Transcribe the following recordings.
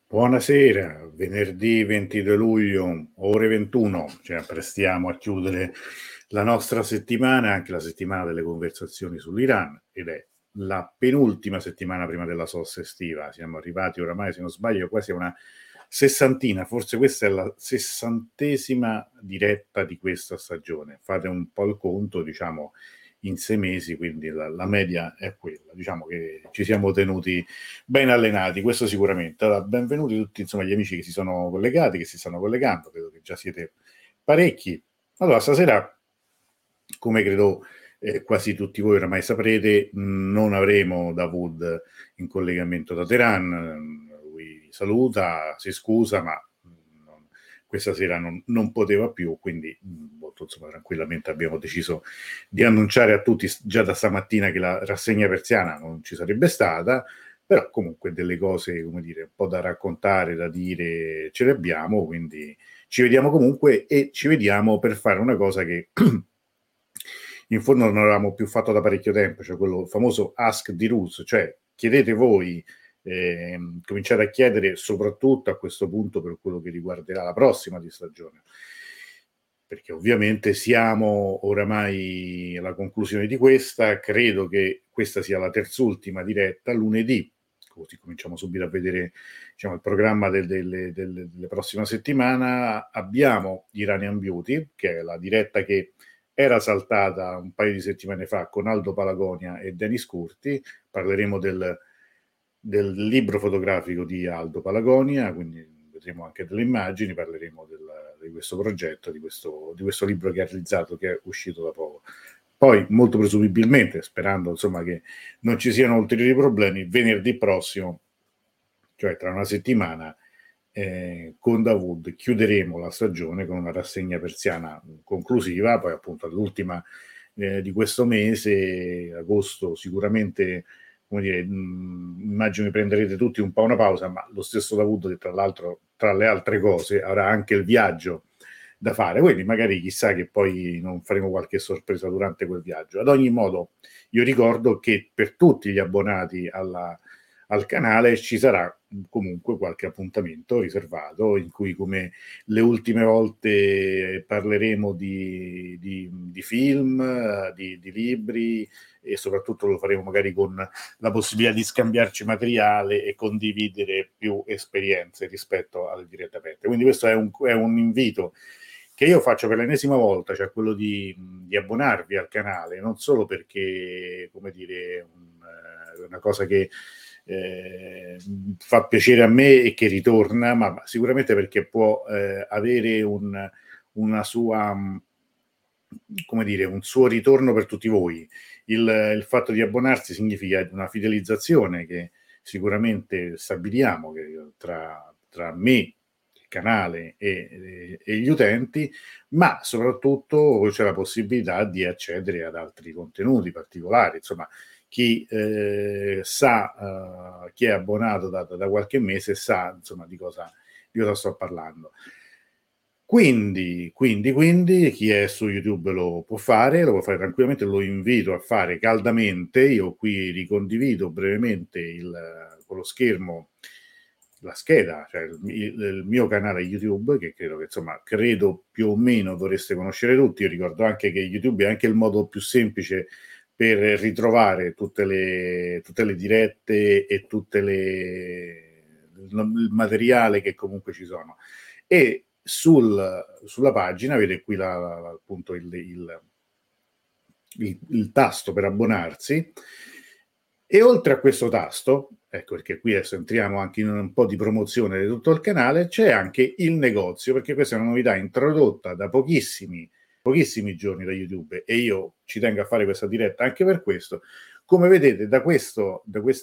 Buonasera, venerdì 22 luglio, ore 21, ci apprestiamo a chiudere la nostra settimana, anche la settimana delle conversazioni sull'Iran, ed è la penultima settimana prima della sosta estiva. Siamo arrivati oramai, se non sbaglio, quasi a una sessantina, forse questa è la 60ª diretta di questa stagione. Fate un po' il conto, diciamo, in 6 mesi, quindi la media è quella. Diciamo che ci siamo tenuti ben allenati, questo sicuramente. Allora, benvenuti tutti, insomma, gli amici che si sono collegati, che si stanno collegando, credo che già siete parecchi. Allora, stasera, come credo quasi tutti voi oramai saprete, non avremo Davud in collegamento da Teheran. Lui saluta, si scusa, ma questa sera non poteva più, quindi molto, insomma, tranquillamente abbiamo deciso di annunciare a tutti già da stamattina che la rassegna persiana non ci sarebbe stata, però comunque delle cose, come dire, un po' da raccontare, da dire, ce le abbiamo, quindi ci vediamo comunque e ci vediamo per fare una cosa che in fondo non avevamo più fatto da parecchio tempo, cioè quello famoso Ask the Rules, cioè chiedete voi, cominciate a chiedere soprattutto a questo punto per quello che riguarderà la prossima di stagione, perché ovviamente siamo oramai alla conclusione di questa, credo che questa sia la terzultima diretta, lunedì, così cominciamo subito a vedere, diciamo, il programma delle prossima settimana. Abbiamo Iranian Beauty, che è la diretta che era saltata un paio di settimane fa con Aldo Palagonia e Denis Curti. Parleremo del libro fotografico di Aldo Palagonia, quindi vedremo anche delle immagini, parleremo di questo progetto, di questo libro che ha realizzato, che è uscito da poco. Poi, molto presumibilmente, sperando insomma che non ci siano ulteriori problemi, venerdì prossimo, cioè tra una settimana, con Davud chiuderemo la stagione con una rassegna persiana conclusiva, poi appunto all'ultima di questo mese, agosto, sicuramente, come dire, immagino che prenderete tutti un po' una pausa, ma lo stesso Davud, che tra l'altro, tra le altre cose, avrà anche il viaggio da fare, quindi magari chissà che poi non faremo qualche sorpresa durante quel viaggio. Ad ogni modo, io ricordo che per tutti gli abbonati al canale ci sarà comunque qualche appuntamento riservato in cui, come le ultime volte, parleremo di film, di libri, e soprattutto lo faremo magari con la possibilità di scambiarci materiale e condividere più esperienze rispetto alle dirette aperte. Quindi questo è un invito che io faccio per l'ennesima volta, cioè quello di abbonarvi al canale, non solo perché, come dire, una cosa che fa piacere a me e che ritorna, ma sicuramente perché può avere una sua, come dire, un suo ritorno per tutti voi. Il fatto di abbonarsi significa una fidelizzazione che sicuramente stabiliamo che tra me, il canale e gli utenti, ma soprattutto c'è la possibilità di accedere ad altri contenuti particolari. Insomma, chi sa, chi è abbonato da qualche mese sa, insomma, di cosa sto parlando. Quindi, chi è su YouTube lo può fare tranquillamente, lo invito a fare caldamente. Io qui ricondivido brevemente con lo schermo la scheda, cioè il mio canale YouTube, che credo più o meno dovreste conoscere tutti. Io ricordo anche che YouTube è anche il modo più semplice per ritrovare tutte le dirette e il materiale che comunque ci sono. E sulla pagina vede qui appunto il tasto per abbonarsi, e oltre a questo tasto, ecco perché qui adesso entriamo anche in un po' di promozione di tutto il canale, c'è anche il negozio, perché questa è una novità introdotta da pochissimi giorni da YouTube, e io ci tengo a fare questa diretta anche per questo. Come vedete da questo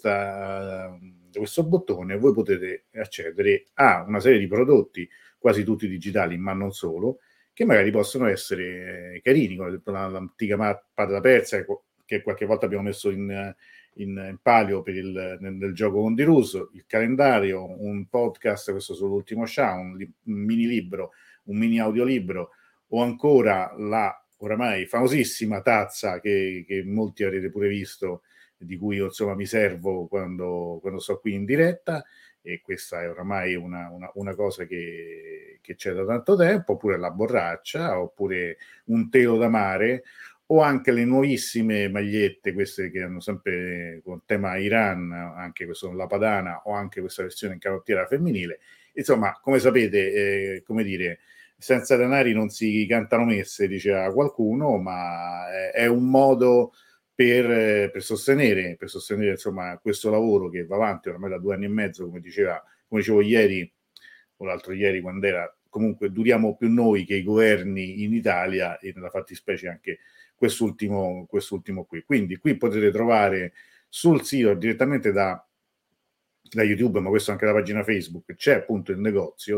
bottone voi potete accedere a una serie di prodotti, quasi tutti digitali, ma non solo, che magari possono essere carini, come l'antica mappa della Persia, che qualche volta abbiamo messo in palio nel gioco con Dirus, il calendario, un podcast, questo sull'ultimo Shah, un mini libro, un mini audiolibro, o ancora la oramai famosissima tazza che molti avrete pure visto, di cui io insomma mi servo quando sto qui in diretta, e questa è oramai una cosa che c'è da tanto tempo, oppure la borraccia, oppure un telo da mare, o anche le nuovissime magliette, queste che hanno sempre con tema Iran, anche questo, la padana, o anche questa versione in canottiera femminile. Insomma, come sapete, come dire, senza denari non si cantano messe, diceva qualcuno, ma è un modo per sostenere insomma, questo lavoro che va avanti ormai da 2 anni e mezzo, come dicevo ieri o l'altro ieri, quando era, comunque duriamo più noi che i governi in Italia, e nella fattispecie anche quest'ultimo qui. Quindi qui potete trovare sul sito direttamente da YouTube, ma questo anche da pagina Facebook, c'è appunto il negozio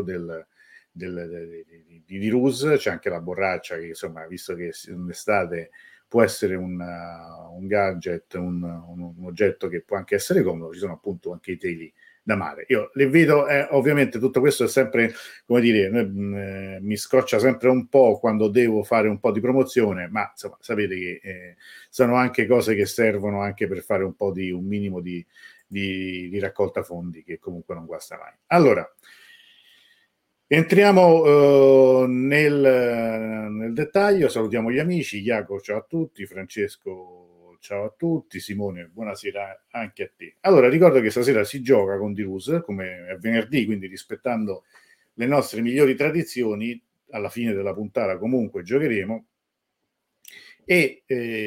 di Rus, c'è anche la borraccia che, insomma, visto che in estate può essere un gadget, un oggetto che può anche essere comodo, ci sono appunto anche i teli da mare. Io le vedo, ovviamente tutto questo è sempre, come dire, mi scoccia sempre un po' quando devo fare un po' di promozione, ma insomma sapete che sono anche cose che servono anche per fare un minimo di raccolta fondi, che comunque non guasta mai. Allora, entriamo nel dettaglio, salutiamo gli amici. Jacopo, ciao a tutti, Francesco, ciao a tutti, Simone, buonasera anche a te. Allora, ricordo che stasera si gioca con D-Rus, come è venerdì, quindi rispettando le nostre migliori tradizioni, alla fine della puntata comunque giocheremo, e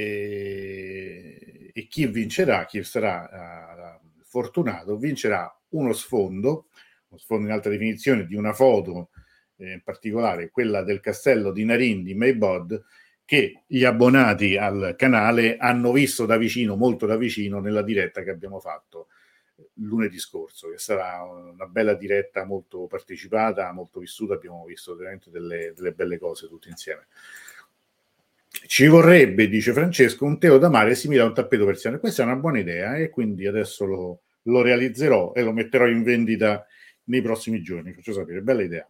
chi vincerà, chi sarà fortunato, vincerà uno sfondo in alta definizione, di una foto, in particolare quella del castello di Narin di Maybod, che gli abbonati al canale hanno visto da vicino, molto da vicino, nella diretta che abbiamo fatto lunedì scorso, che sarà una bella diretta, molto partecipata, molto vissuta. Abbiamo visto veramente delle belle cose tutti insieme. Ci vorrebbe, dice Francesco, un telo da mare simile a un tappeto persiano. Questa è una buona idea, e quindi adesso lo realizzerò e lo metterò in vendita nei prossimi giorni. Faccio sapere, bella idea.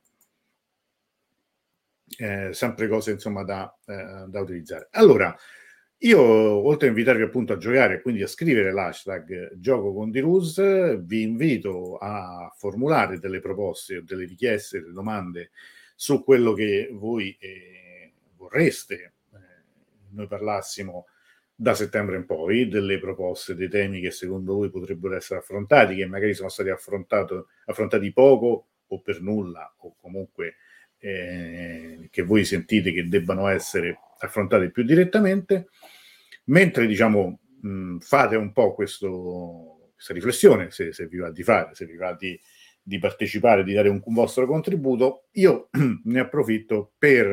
Sempre cose, insomma, da utilizzare. Allora, io, oltre a invitarvi appunto a giocare e quindi a scrivere l'hashtag gioco con D-Rus, vi invito a formulare delle proposte, delle richieste, delle domande su quello che voi vorreste noi parlassimo da settembre in poi, delle proposte, dei temi che secondo voi potrebbero essere affrontati, che magari sono stati affrontati poco o per nulla, o comunque che voi sentite che debbano essere affrontati più direttamente, mentre, diciamo, fate un po' questa riflessione, se vi va di fare, se vi va di partecipare, di dare un vostro contributo. Io ne approfitto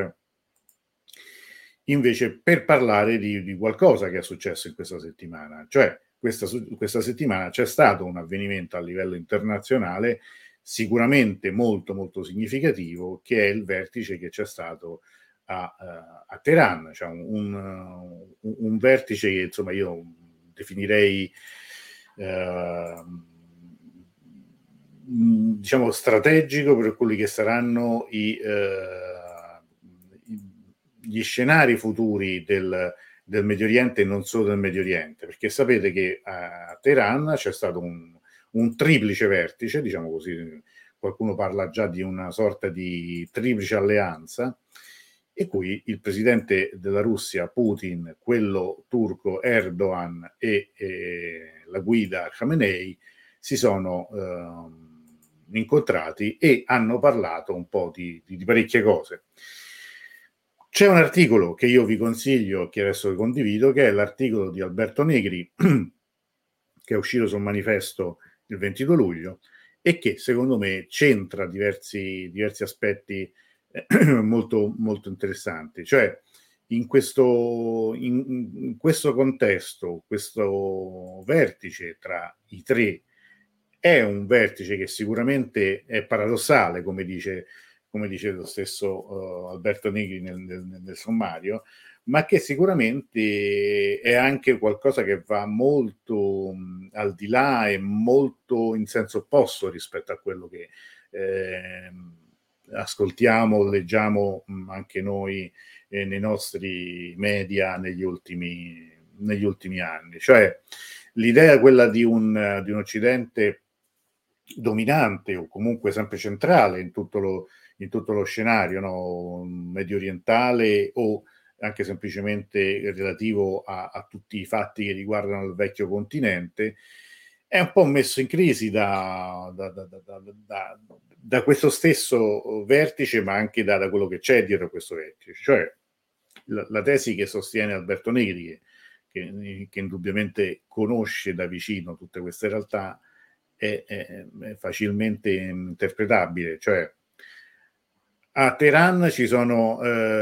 invece per parlare di qualcosa che è successo in questa settimana. Cioè, questa settimana c'è stato un avvenimento a livello internazionale sicuramente molto molto significativo, che è il vertice che c'è stato a Teheran, cioè un vertice che, insomma, io definirei diciamo strategico per quelli che saranno gli scenari futuri del Medio Oriente, e non solo del Medio Oriente, perché sapete che a Teheran c'è stato un triplice vertice, diciamo così, qualcuno parla già di una sorta di triplice alleanza, e cui il presidente della Russia Putin, quello turco Erdogan e la guida Khamenei si sono incontrati e hanno parlato un po' di parecchie cose. C'è un articolo che io vi consiglio, che adesso vi condivido, che è l'articolo di Alberto Negri, che è uscito sul Manifesto il 22 luglio, e che secondo me centra diversi aspetti molto, molto interessanti. Cioè, in questo contesto, questo vertice tra i tre è un vertice che sicuramente è paradossale, come dice lo stesso Alberto Negri nel sommario, ma che sicuramente è anche qualcosa che va molto al di là e molto in senso opposto rispetto a quello che ascoltiamo, leggiamo anche noi nei nostri media negli ultimi anni. Cioè, l'idea è quella di un Occidente dominante o comunque sempre centrale in tutto lo scenario, no? Medio orientale o anche semplicemente relativo a tutti i fatti che riguardano il vecchio continente, è un po' messo in crisi da questo stesso vertice, ma anche da quello che c'è dietro questo vertice. Cioè la tesi che sostiene Alberto Negri, che indubbiamente conosce da vicino tutte queste realtà, è facilmente interpretabile. Cioè, a Teheran ci sono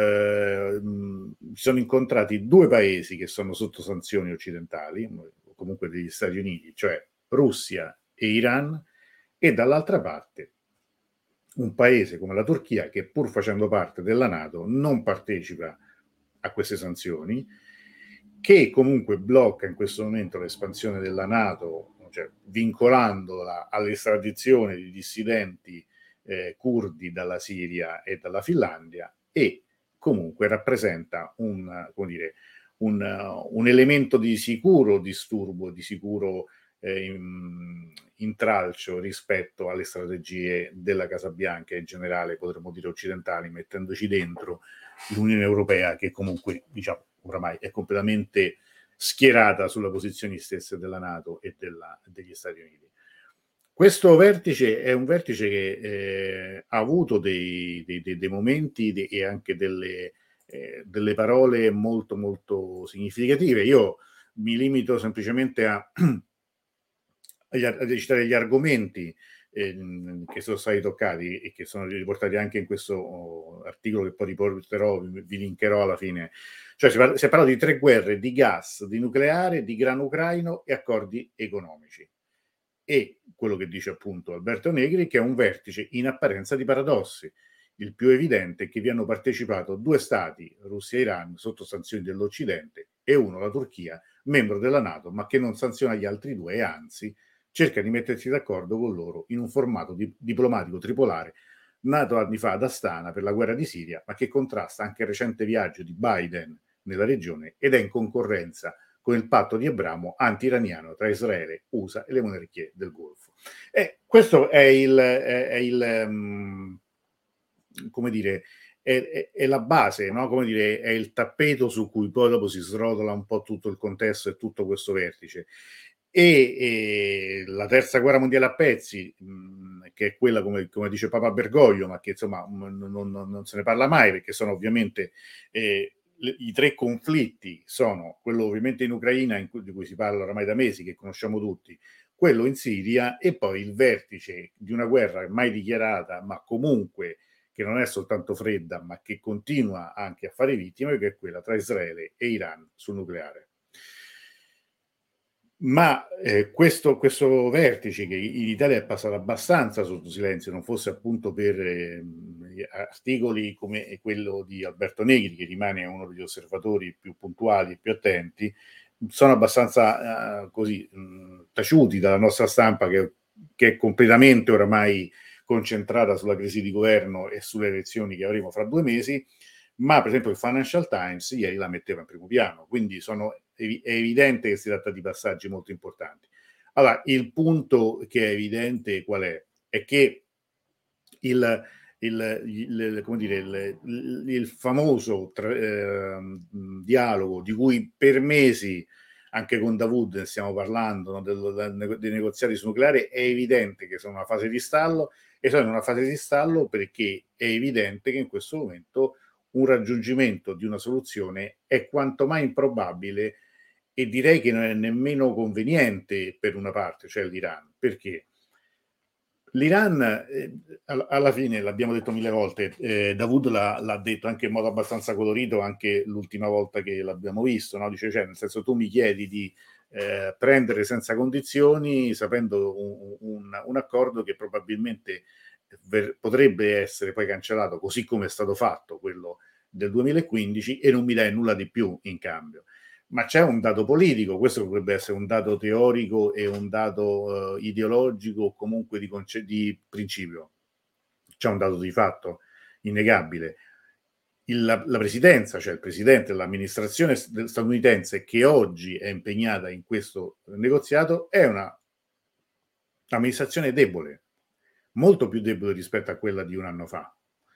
incontrati due paesi che sono sotto sanzioni occidentali, o comunque degli Stati Uniti, cioè Russia e Iran, e dall'altra parte un paese come la Turchia che, pur facendo parte della NATO, non partecipa a queste sanzioni, che comunque blocca in questo momento l'espansione della NATO, cioè vincolandola all'estradizione di dissidenti curdi dalla Siria e dalla Finlandia, e comunque rappresenta un elemento di sicuro disturbo, di sicuro intralcio rispetto alle strategie della Casa Bianca e in generale, potremmo dire, occidentali, mettendoci dentro l'Unione Europea, che comunque, diciamo, oramai è completamente schierata sulle posizioni stesse della NATO e degli Stati Uniti. Questo vertice è un vertice che ha avuto dei momenti e anche delle parole molto molto significative. Io mi limito semplicemente a citare gli argomenti che sono stati toccati e che sono riportati anche in questo articolo, che poi riporterò, vi linkerò alla fine. Cioè si è parlato di 3 guerre, di gas, di nucleare, di grano ucraino e accordi economici. E quello che dice appunto Alberto Negri, che è un vertice in apparenza di paradossi. Il più evidente è che vi hanno partecipato 2 stati, Russia e Iran, sotto sanzioni dell'Occidente, e uno, la Turchia, membro della NATO, ma che non sanziona gli altri 2 e anzi cerca di mettersi d'accordo con loro in un formato diplomatico tripolare nato anni fa ad Astana per la guerra di Siria, ma che contrasta anche il recente viaggio di Biden nella regione ed è in concorrenza con il patto di Abramo anti-iraniano tra Israele, USA e le monarchie del Golfo. E questo è come dire, è la base, no? Come dire, è il tappeto su cui poi dopo si srotola un po' tutto il contesto e tutto questo vertice. E la terza guerra mondiale a pezzi, che è quella, come dice Papa Bergoglio, ma che insomma non se ne parla mai, perché sono ovviamente i 3 conflitti, sono quello ovviamente in Ucraina, di cui si parla oramai da mesi, che conosciamo tutti, quello in Siria, e poi il vertice di una guerra mai dichiarata, ma comunque che non è soltanto fredda, ma che continua anche a fare vittime, che è quella tra Israele e Iran sul nucleare. Ma questo vertice, che in Italia è passato abbastanza sotto silenzio, non fosse appunto per articoli come quello di Alberto Negri, che rimane uno degli osservatori più puntuali e più attenti, sono abbastanza così taciuti dalla nostra stampa, che è completamente oramai concentrata sulla crisi di governo e sulle elezioni che avremo fra 2 mesi. Ma per esempio il Financial Times ieri la metteva in primo piano, quindi è evidente che si tratta di passaggi molto importanti. Allora, il punto che è evidente qual è? È che il famoso dialogo di cui per mesi anche con Dawood ne stiamo parlando, no, dei negoziati su nucleare, è evidente che sono in una fase di stallo, e sono in una fase di stallo perché è evidente che in questo momento un raggiungimento di una soluzione è quanto mai improbabile, e direi che non è nemmeno conveniente per una parte, cioè l'Iran. Perché? L'Iran, alla fine, l'abbiamo detto 1000 volte, Dawood l'ha detto anche in modo abbastanza colorito, anche l'ultima volta che l'abbiamo visto, no? Dice, cioè, nel senso, tu mi chiedi di prendere senza condizioni, sapendo un accordo che probabilmente potrebbe essere poi cancellato, così come è stato fatto quello del 2015, e non mi dai nulla di più in cambio. Ma c'è un dato politico, questo potrebbe essere un dato teorico e un dato ideologico, o comunque di principio. C'è un dato di fatto innegabile. La presidenza, cioè il presidente dell'amministrazione statunitense, che oggi è impegnata in questo negoziato, è una amministrazione debole, molto più debole rispetto a quella di un anno fa,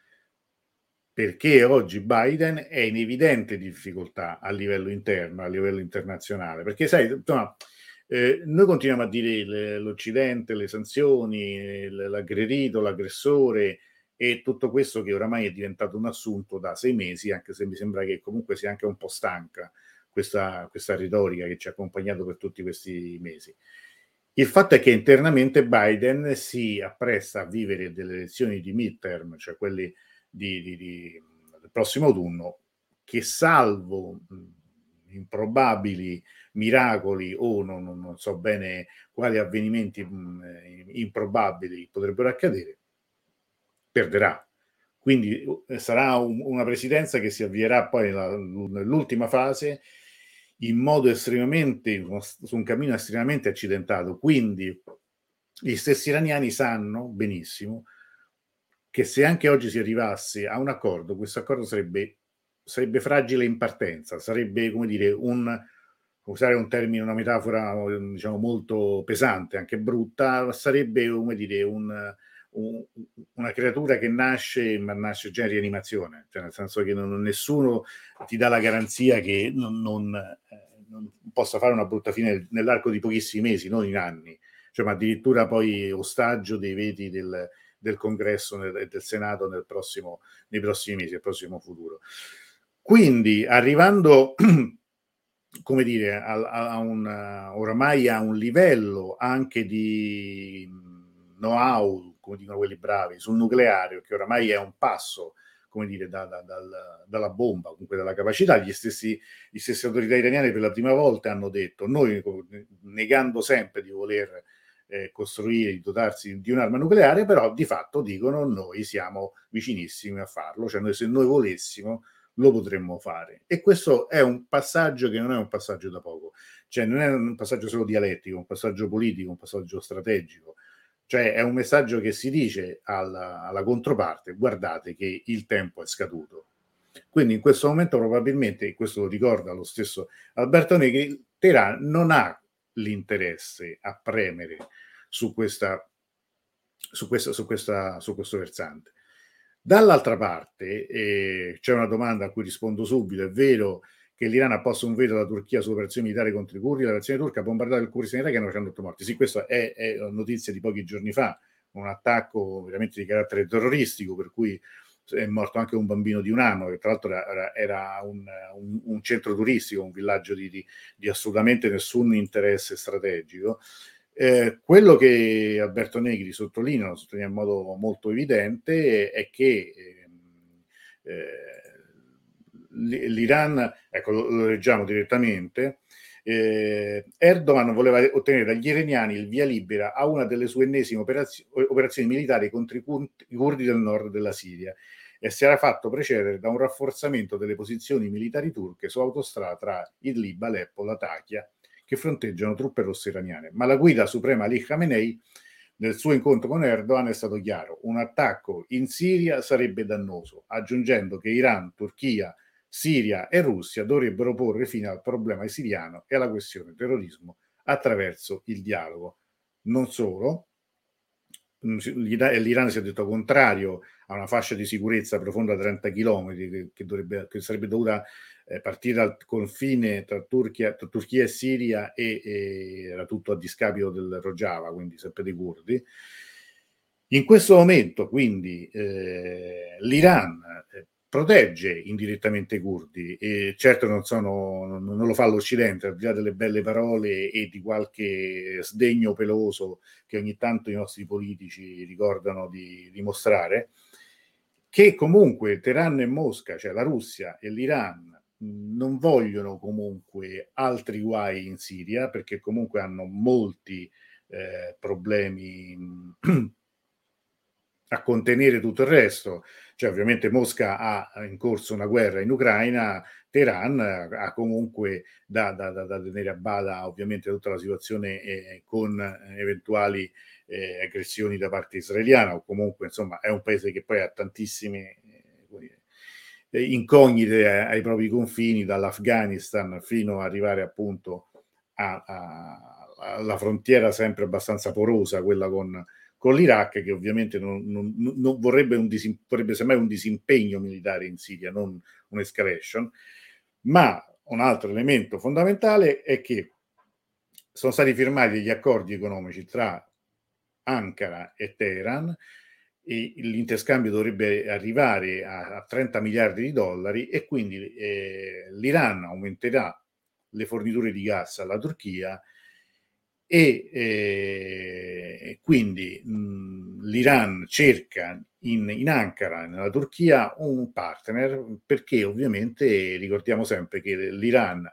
perché oggi Biden è in evidente difficoltà a livello interno, a livello internazionale, perché sai, insomma, noi continuiamo a dire l'Occidente, le sanzioni, l'aggredito, l'aggressore e tutto questo che oramai è diventato un assunto da 6 mesi, anche se mi sembra che comunque sia anche un po' stanca questa retorica che ci ha accompagnato per tutti questi mesi. Il fatto è che internamente Biden si appresta a vivere delle elezioni di midterm, cioè quelli del prossimo autunno, che salvo improbabili miracoli o non so bene quali avvenimenti improbabili potrebbero accadere, perderà. Quindi sarà una presidenza che si avvierà poi nell'ultima fase in modo estremamente, su un cammino estremamente accidentato. Quindi gli stessi iraniani sanno benissimo che se anche oggi si arrivasse a un accordo, questo accordo sarebbe fragile in partenza, sarebbe, come dire, usare un termine, una metafora, diciamo, molto pesante, anche brutta, sarebbe, come dire, una creatura che nasce, ma nasce già in rianimazione, cioè nel senso che nessuno ti dà la garanzia che non possa fare una brutta fine nell'arco di pochissimi mesi, non in anni, cioè, ma addirittura poi ostaggio dei veti del Congresso e del Senato nei prossimi mesi, nel prossimo futuro. Quindi, arrivando, come dire, oramai a un livello anche di know-how, come dicono quelli bravi, sul nucleare, che oramai è un passo, come dire, dalla bomba, comunque dalla capacità, gli stessi autorità italiane per la prima volta hanno detto, noi negando sempre di voler costruire, di dotarsi di un'arma nucleare, però di fatto dicono noi siamo vicinissimi a farlo, cioè noi, se noi volessimo lo potremmo fare. E questo è un passaggio che non è un passaggio da poco, cioè non è un passaggio solo dialettico, un passaggio politico, un passaggio strategico, cioè è un messaggio che si dice alla controparte: guardate che il tempo è scaduto. Quindi in questo momento probabilmente, questo lo ricorda lo stesso Alberto Negri, Teheran non ha l'interesse a premere su questo versante. Dall'altra parte c'è una domanda a cui rispondo subito: è vero che l'Iran ha posto un veto alla Turchia sull'operazione militare contro i curdi, la versione turca ha bombardato il Kurdistan in Iraq e hanno 108 morti. Sì, questa è notizia di pochi giorni fa, un attacco veramente di carattere terroristico, per cui è morto anche un bambino di 1 anno, che tra l'altro era un centro turistico, un villaggio di assolutamente nessun interesse strategico. Quello che Alberto Negri sottolinea in modo molto evidente, è che l'Iran, ecco, lo leggiamo direttamente, Erdogan voleva ottenere dagli iraniani il via libera a una delle sue ennesime operazioni militari contro i curdi del nord della Siria, e si era fatto precedere da un rafforzamento delle posizioni militari turche sull'autostrada tra Idlib, Aleppo, Latakia, che fronteggiano truppe rosse iraniane. Ma la guida suprema Ali Khamenei, nel suo incontro con Erdogan, è stato chiaro: un attacco in Siria sarebbe dannoso, aggiungendo che Iran, Turchia, Siria e Russia dovrebbero porre fine al problema siriano e alla questione terrorismo attraverso il dialogo. Non solo, l'Iran si è detto contrario a una fascia di sicurezza profonda 30 km che sarebbe dovuta partire dal confine tra Turchia e Siria, e era tutto a discapito del Rojava, quindi sempre dei curdi. In questo momento, quindi, l'Iran protegge indirettamente i curdi, e certo non lo fa l'Occidente, al di là delle belle parole e di qualche sdegno peloso che ogni tanto i nostri politici ricordano di dimostrare, che comunque Teheran e Mosca, cioè la Russia e l'Iran, non vogliono comunque altri guai in Siria, perché comunque hanno molti problemi a contenere tutto il resto. Cioè, ovviamente Mosca ha in corso una guerra in Ucraina, Teheran ha comunque da tenere a bada ovviamente tutta la situazione con eventuali aggressioni da parte israeliana, o comunque insomma è un paese che poi ha tantissime incognite ai propri confini, dall'Afghanistan fino ad arrivare appunto la frontiera sempre abbastanza porosa, quella con l'Iraq, che ovviamente non vorrebbe vorrebbe semmai un disimpegno militare in Siria, non un'escalation. Ma un altro elemento fondamentale è che sono stati firmati degli accordi economici tra Ankara e Teheran, e l'interscambio dovrebbe arrivare a 30 miliardi di dollari, e quindi l'Iran aumenterà le forniture di gas alla Turchia, e quindi l'Iran cerca in Ankara, nella Turchia, un partner, perché ovviamente ricordiamo sempre che l'Iran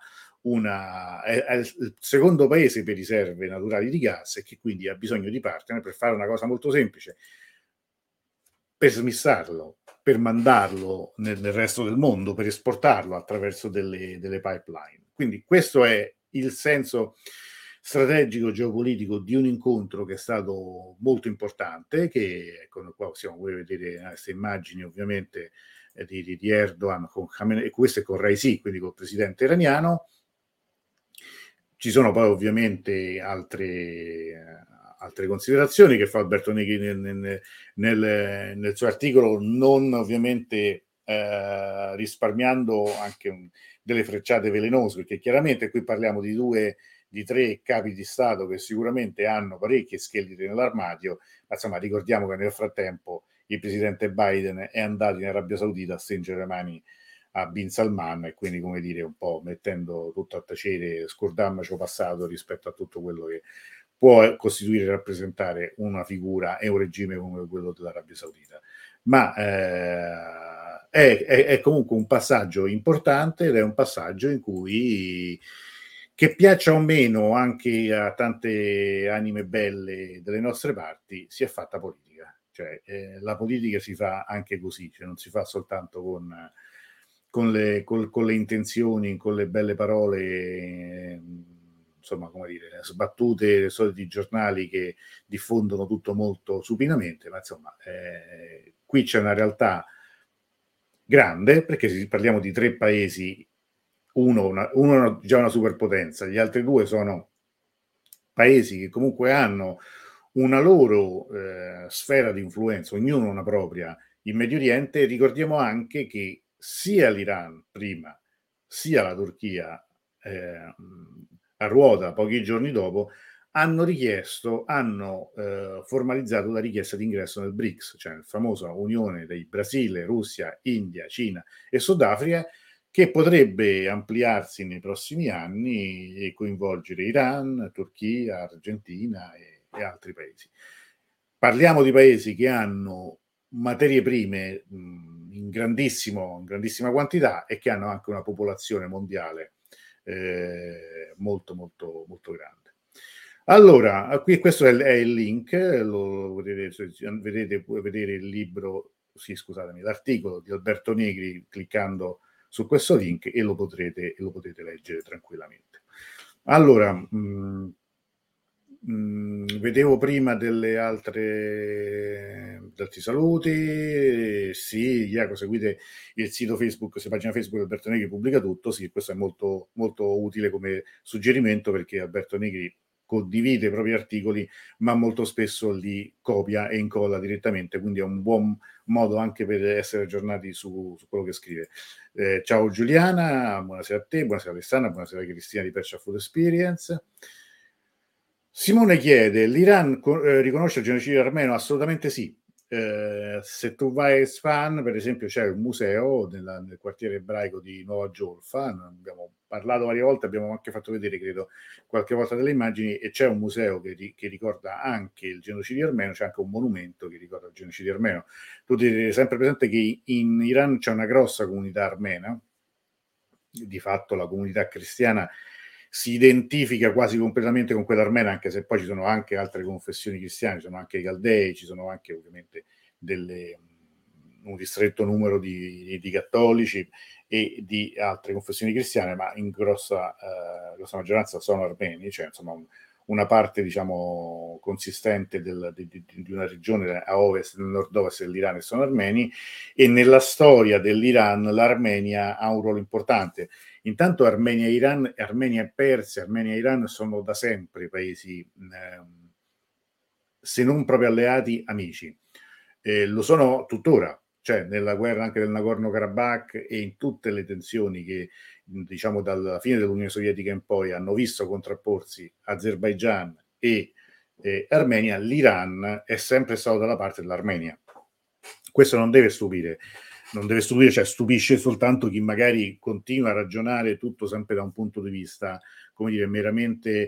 è il secondo paese per riserve naturali di gas, e che quindi ha bisogno di partner per fare una cosa molto semplice: per smissarlo, per mandarlo nel resto del mondo, per esportarlo attraverso delle pipeline. Quindi questo è il senso strategico geopolitico di un incontro che è stato molto importante, che qua possiamo pure vedere queste immagini ovviamente di Erdogan con Khamenei, e questo è con Raisi, quindi col presidente iraniano. Ci sono poi ovviamente altre considerazioni che fa Alberto Negri nel suo articolo, non ovviamente risparmiando anche delle frecciate velenose, perché chiaramente qui parliamo di tre capi di Stato che sicuramente hanno parecchie scheletri nell'armadio, ma insomma ricordiamo che nel frattempo il presidente Biden è andato in Arabia Saudita a stringere le mani a Bin Salman, e quindi, come dire, un po' mettendo tutto a tacere, scordarmici passato rispetto a tutto quello che può costituire e rappresentare una figura e un regime come quello dell'Arabia Saudita. Ma è comunque un passaggio importante, ed è un passaggio in cui, che piaccia o meno anche a tante anime belle delle nostre parti, si è fatta politica. Cioè, la politica si fa anche così, cioè non si fa soltanto con le intenzioni, con le belle parole, insomma, come dire, sbattute, soliti giornali che diffondono tutto molto supinamente, ma insomma, qui c'è una realtà grande, perché parliamo di tre paesi, uno è già una superpotenza, gli altri due sono paesi che comunque hanno una loro sfera di influenza, ognuno una propria, in Medio Oriente. Ricordiamo anche che sia l'Iran prima, sia la Turchia a ruota pochi giorni dopo hanno formalizzato la richiesta di ingresso nel BRICS, cioè la famosa unione dei Brasile, Russia, India, Cina e Sudafrica, che potrebbe ampliarsi nei prossimi anni e coinvolgere Iran, Turchia, Argentina e altri paesi. Parliamo di paesi che hanno materie prime in grandissima quantità, e che hanno anche una popolazione mondiale molto molto molto grande. Allora, qui questo è il link, lo vedete, puoi vedere il libro, sì, scusatemi, l'articolo di Alberto Negri cliccando su questo link, e lo potrete leggere tranquillamente. Allora, vedevo prima degli altri saluti. Sì, Iaco, seguite il sito Facebook, la pagina Facebook di Alberto Negri, pubblica tutto. Sì, questo è molto, molto utile come suggerimento, perché Alberto Negri condivide i propri articoli, ma molto spesso li copia e incolla direttamente, quindi è un buon modo anche per essere aggiornati su quello che scrive. Ciao Giuliana, buonasera a te, buonasera Alessandra, buonasera Cristina di Percia Food Experience. Simone chiede: l'Iran riconosce il genocidio armeno? Assolutamente sì. Se tu vai a Isfahan, per esempio, c'è un museo nel quartiere ebraico di Nuova Giolfa. Abbiamo parlato varie volte, abbiamo anche fatto vedere, credo, qualche volta delle immagini, e c'è un museo che ricorda anche il genocidio armeno, c'è anche un monumento che ricorda il genocidio armeno. Tu devi sempre presente che in Iran c'è una grossa comunità armena, di fatto la comunità cristiana si identifica quasi completamente con quella armena, anche se poi ci sono anche altre confessioni cristiane, ci sono anche i Caldei, ci sono anche ovviamente un ristretto numero di cattolici e di altre confessioni cristiane, ma in grossa maggioranza sono armeni, cioè insomma una parte, diciamo, consistente di una regione a ovest, nel nord-ovest dell'Iran, e sono armeni, e nella storia dell'Iran l'Armenia ha un ruolo importante. Intanto Armenia e Persia, Armenia e Iran sono da sempre paesi, se non proprio alleati, amici. Lo sono tuttora, cioè nella guerra anche del Nagorno-Karabakh e in tutte le tensioni che, diciamo, dalla fine dell'Unione Sovietica in poi hanno visto contrapporsi Azerbaigian e Armenia, l'Iran è sempre stato dalla parte dell'Armenia. Questo non deve stupire, cioè stupisce soltanto chi magari continua a ragionare tutto sempre da un punto di vista, come dire, meramente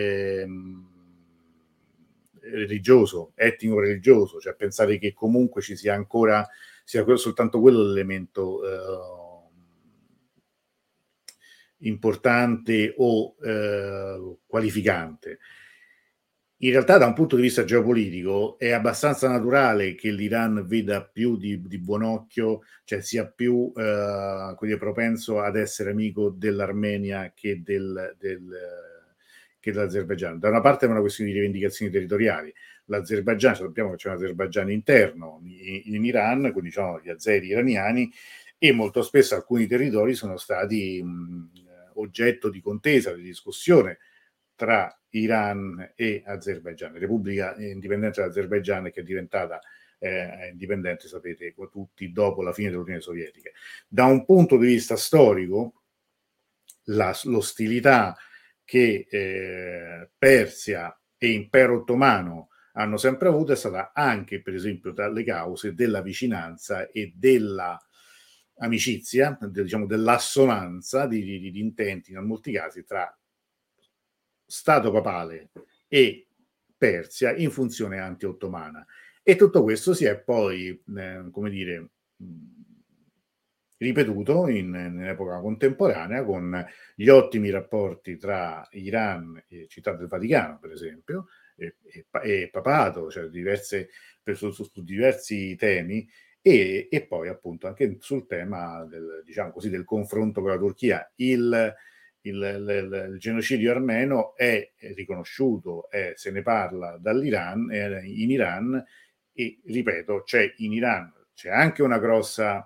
religioso, etnico-religioso, cioè pensare che comunque ci sia ancora, sia soltanto quello l'elemento importante o qualificante. In realtà, da un punto di vista geopolitico, è abbastanza naturale che l'Iran veda più di buon occhio, cioè sia più propenso ad essere amico dell'Armenia che dell'Azerbaigian. Da una parte è una questione di rivendicazioni territoriali. L'Azerbaigian, sappiamo che c'è un Azerbaigian interno in Iran, quindi diciamo gli azeri iraniani, e molto spesso alcuni territori sono stati oggetto di contesa, di discussione tra Iran e Azerbaigian. Repubblica indipendente dell'Azerbaigian, che è diventata indipendente, sapete tutti, dopo la fine dell'Unione Sovietica. Da un punto di vista storico, l'ostilità che Persia e Impero Ottomano hanno sempre avuto è stata anche, per esempio, tra le cause della vicinanza e della amicizia, diciamo dell'assonanza di intenti in molti casi tra Stato papale e Persia in funzione anti-ottomana. E tutto questo si è poi, come dire, ripetuto nell'epoca contemporanea con gli ottimi rapporti tra Iran e Città del Vaticano, per esempio, e papato, cioè su diversi temi, e poi appunto anche sul tema diciamo così, del confronto con la Turchia. Il genocidio armeno è riconosciuto, se ne parla dall'Iran, in Iran, e ripeto, in Iran c'è anche una grossa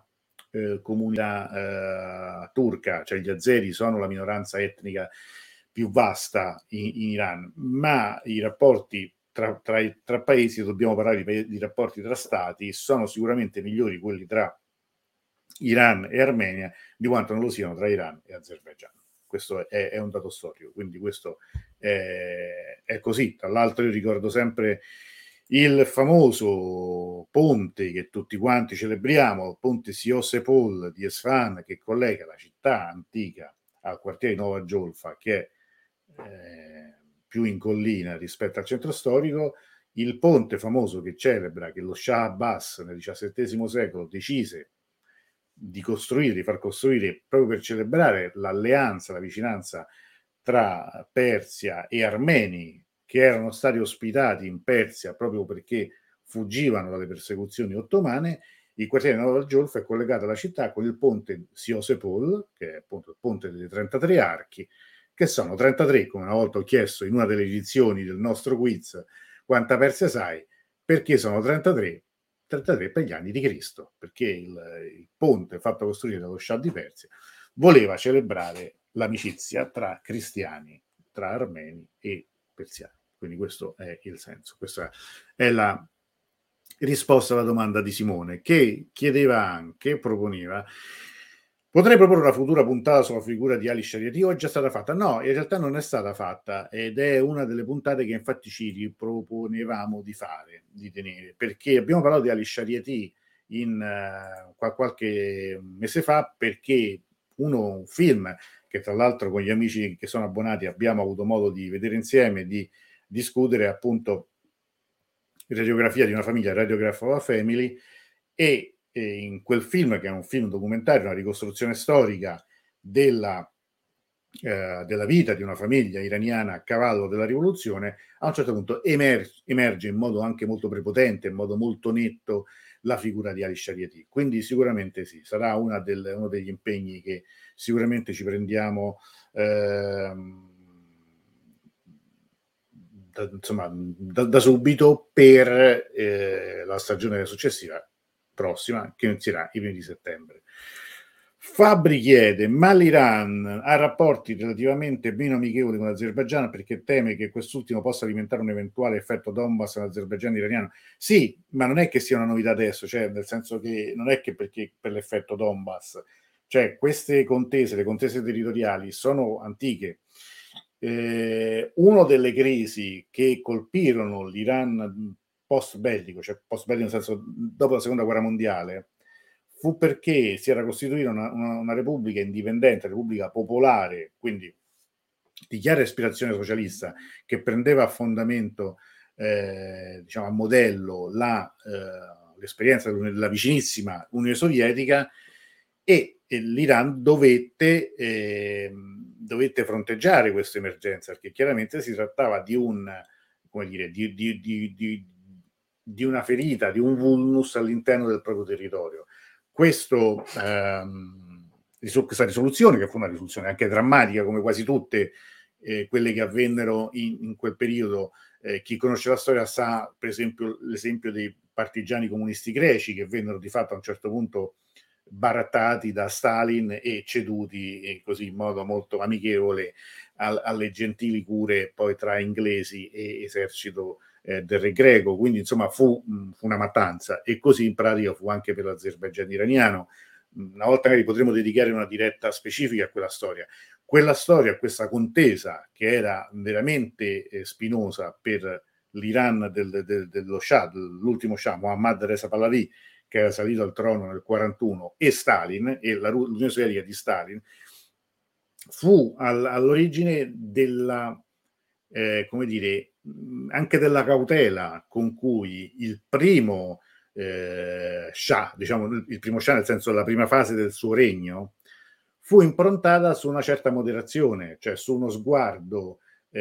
comunità turca, cioè gli azeri sono la minoranza etnica più vasta in Iran, ma i rapporti tra paesi, dobbiamo parlare di rapporti tra stati, sono sicuramente migliori quelli tra Iran e Armenia di quanto non lo siano tra Iran e Azerbaigian. Questo è un dato storico, quindi questo è così. Tra l'altro io ricordo sempre il famoso ponte che tutti quanti celebriamo, il ponte Siosepol di Esfahan, che collega la città antica al quartiere di Nova Giolfa, che è più in collina rispetto al centro storico. Il ponte famoso che celebra che lo Shah Abbas nel XVII secolo decise di far costruire proprio per celebrare l'alleanza, la vicinanza tra Persia e armeni che erano stati ospitati in Persia proprio perché fuggivano dalle persecuzioni ottomane. Il quartiere Nova Giolfa è collegato alla città con il ponte Siosepol, che è appunto il ponte delle 33 archi, che sono 33, come una volta ho chiesto in una delle edizioni del nostro quiz quanta Persia sai, perché sono 33 per gli anni di Cristo, perché il ponte fatto costruire dallo Shah di Persia voleva celebrare l'amicizia tra cristiani, tra armeni e persiani. Quindi questo è il senso, questa è la risposta alla domanda di Simone, che chiedeva anche, proponeva: potrei proporre una futura puntata sulla figura di Ali Shariati o è già stata fatta? No, in realtà non è stata fatta, ed è una delle puntate che infatti ci riproponevamo di fare, di tenere, perché abbiamo parlato di Ali Shariati qualche mese fa, perché un film che tra l'altro con gli amici che sono abbonati abbiamo avuto modo di vedere insieme, di discutere, appunto Radiografia di una famiglia, Radiograph of a Family, e in quel film, che è un film documentario, una ricostruzione storica della vita di una famiglia iraniana a cavallo della rivoluzione, a un certo punto emerge in modo anche molto prepotente, in modo molto netto, la figura di Ali Shariati. Quindi sicuramente sì, sarà uno degli impegni che sicuramente ci prendiamo da subito per la stagione successiva, prossima, che inizierà i primi di settembre. Fabri chiede: ma l'Iran ha rapporti relativamente meno amichevoli con l'Azerbaigian perché teme che quest'ultimo possa alimentare un eventuale effetto Donbass nell'Azerbaigian iraniano? Sì, ma non è che sia una novità adesso, cioè nel senso che non è che perché per l'effetto Donbass, cioè queste contese, le contese territoriali sono antiche. Una delle crisi che colpirono l'Iran post bellico, cioè post bellico nel senso dopo la seconda guerra mondiale, fu perché si era costituita una repubblica indipendente, repubblica popolare, quindi di chiara ispirazione socialista, che prendeva a fondamento, diciamo a modello l'esperienza della vicinissima Unione Sovietica, e l'Iran dovette fronteggiare questa emergenza, perché chiaramente si trattava di come dire, di una ferita, di un vulnus all'interno del proprio territorio. Questa risoluzione, che fu una risoluzione anche drammatica, come quasi tutte quelle che avvennero in quel periodo, chi conosce la storia sa, per esempio, l'esempio dei partigiani comunisti greci che vennero di fatto a un certo punto barattati da Stalin e ceduti così in modo molto amichevole alle gentili cure poi tra inglesi e esercito del re greco. Quindi insomma fu una mattanza, e così in pratica fu anche per l'Azerbaigian iraniano. Una volta magari potremo dedicare una diretta specifica a quella storia, questa contesa che era veramente spinosa per l'Iran dello Shah, dell'ultimo Shah, Mohammad Reza Pahlavi, che era salito al trono nel 1941, e Stalin, e l'Unione Sovietica di Stalin, fu all'origine della, come dire, anche della cautela con cui il primo Shah, diciamo il primo Shah nel senso della prima fase del suo regno, fu improntata su una certa moderazione, cioè su uno sguardo,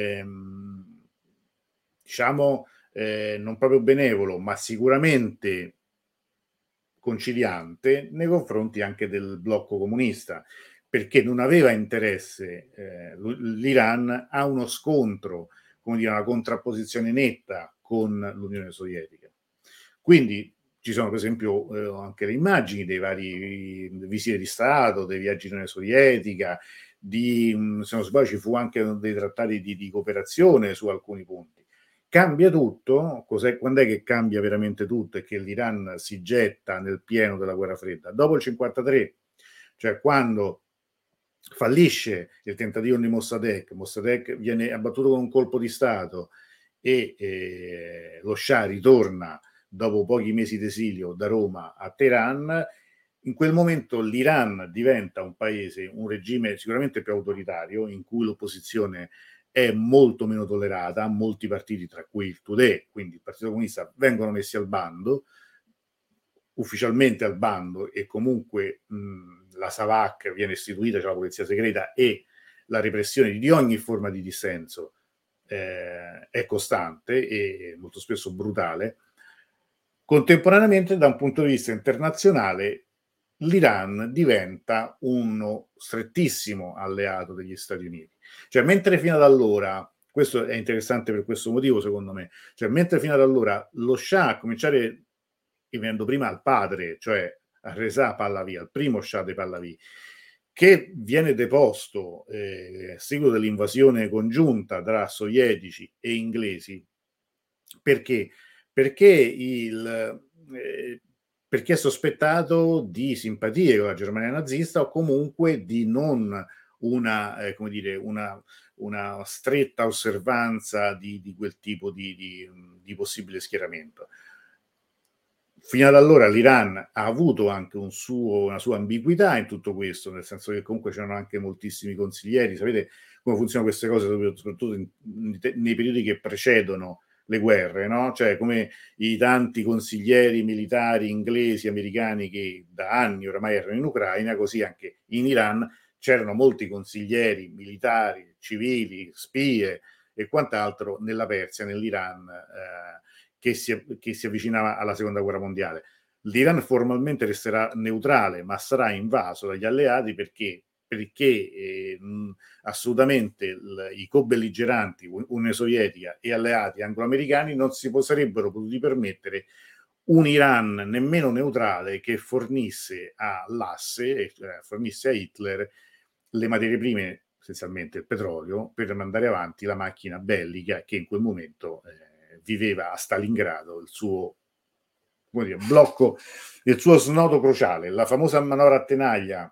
diciamo, non proprio benevolo, ma sicuramente conciliante nei confronti anche del blocco comunista, perché non aveva interesse l'Iran a uno scontro, come dire, una contrapposizione netta con l'Unione Sovietica. Quindi ci sono per esempio anche le immagini dei vari visite di Stato, dei viaggi nell'Unione Sovietica, se non sbaglio ci fu anche dei trattati di cooperazione su alcuni punti. Cambia tutto, quando è che cambia veramente tutto e che l'Iran si getta nel pieno della guerra fredda? Dopo il 1953, cioè quando fallisce il tentativo di Mossadegh viene abbattuto con un colpo di Stato e lo Shah ritorna dopo pochi mesi d'esilio da Roma a Teheran. In quel momento l'Iran diventa un paese, un regime sicuramente più autoritario, in cui l'opposizione è molto meno tollerata, molti partiti, tra cui il Tudeh, quindi il Partito Comunista, vengono messi al bando, ufficialmente al bando, e comunque la SAVAK viene istituita, cioè la polizia segreta, e la repressione di ogni forma di dissenso è costante e molto spesso brutale. Contemporaneamente, da un punto di vista internazionale, l'Iran diventa uno strettissimo alleato degli Stati Uniti. Cioè, mentre fino ad allora, questo è interessante per questo motivo, secondo me, cioè, mentre fino ad allora lo Shah, a cominciare venendo prima al padre, cioè a Reza Pahlavi, al primo Shah dei Pahlavi, che viene deposto a seguito dell'invasione congiunta tra sovietici e inglesi. Perché? Perché perché è sospettato di simpatie con la Germania nazista, o comunque di non come dire, una stretta osservanza di quel tipo di possibile schieramento. Fino ad allora l'Iran ha avuto anche una sua ambiguità in tutto questo, nel senso che comunque c'erano anche moltissimi consiglieri. Sapete come funzionano queste cose, soprattutto nei periodi che precedono le guerre, no? Cioè come i tanti consiglieri militari inglesi, americani che da anni oramai erano in Ucraina, così anche in Iran c'erano molti consiglieri militari, civili, spie e quant'altro nella Persia, nell'Iran, che si avvicinava alla seconda guerra mondiale. L'Iran formalmente resterà neutrale, ma sarà invaso dagli alleati perché perché assolutamente i co-belligeranti, Unione Sovietica e alleati anglo-americani, non si sarebbero potuti permettere un Iran nemmeno neutrale che fornisse all'asse, fornisse a Hitler le materie prime, essenzialmente il petrolio, per mandare avanti la macchina bellica che in quel momento viveva a Stalingrado il suo, come dire, blocco, il suo snodo cruciale, la famosa manovra a tenaglia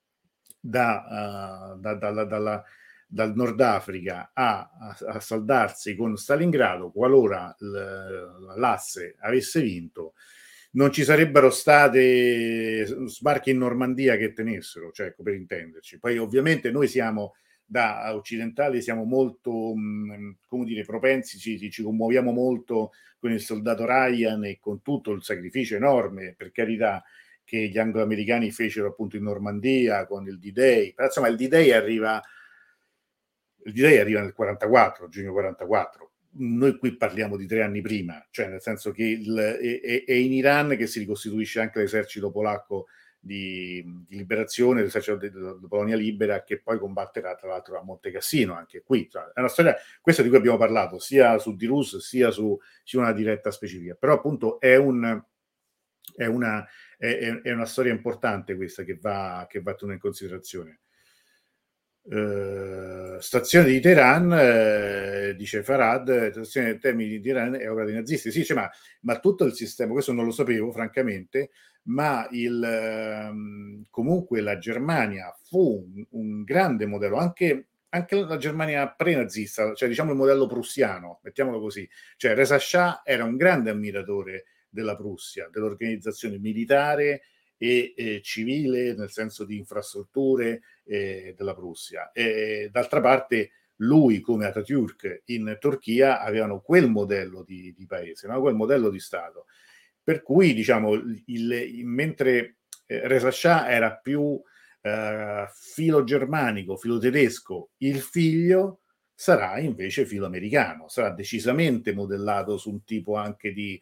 dal Nord Africa a saldarsi con Stalingrado. Qualora l'asse avesse vinto, non ci sarebbero state sbarchi in Normandia che tenessero, cioè, ecco, per intenderci. Poi ovviamente noi siamo da occidentali, siamo molto come dire, propensi, ci commuoviamo molto con il soldato Ryan e con tutto il sacrificio enorme, per carità, che gli angloamericani fecero appunto in Normandia con il D-Day. Però insomma il D-Day arriva nel 44, giugno 44. Noi qui parliamo di 3 anni prima, cioè nel senso che è in Iran che si ricostituisce anche l'esercito polacco di liberazione, l'esercito della Polonia libera, che poi combatterà tra l'altro a Monte Cassino, anche qui. Cioè, è una storia, questa di cui abbiamo parlato, sia su Dirus sia su una diretta specifica, però appunto è una storia importante questa che va tenuta in considerazione. Stazione di Teheran, dice Farad, stazione in termini di Teheran è opera dei nazisti. Sì, cioè, ma tutto il sistema, questo non lo sapevo francamente, ma comunque la Germania fu un grande modello, anche la Germania pre-nazista, cioè diciamo il modello prussiano, mettiamolo così. Cioè Reza Shah era un grande ammiratore della Prussia, dell'organizzazione militare e civile, nel senso di infrastrutture della Prussia. E d'altra parte lui, come Atatürk in Turchia, avevano quel modello di paese, no? Quel modello di Stato. Per cui, diciamo, mentre Reza Shah era più filo germanico, filo tedesco, il figlio sarà invece filo americano, sarà decisamente modellato su un tipo anche di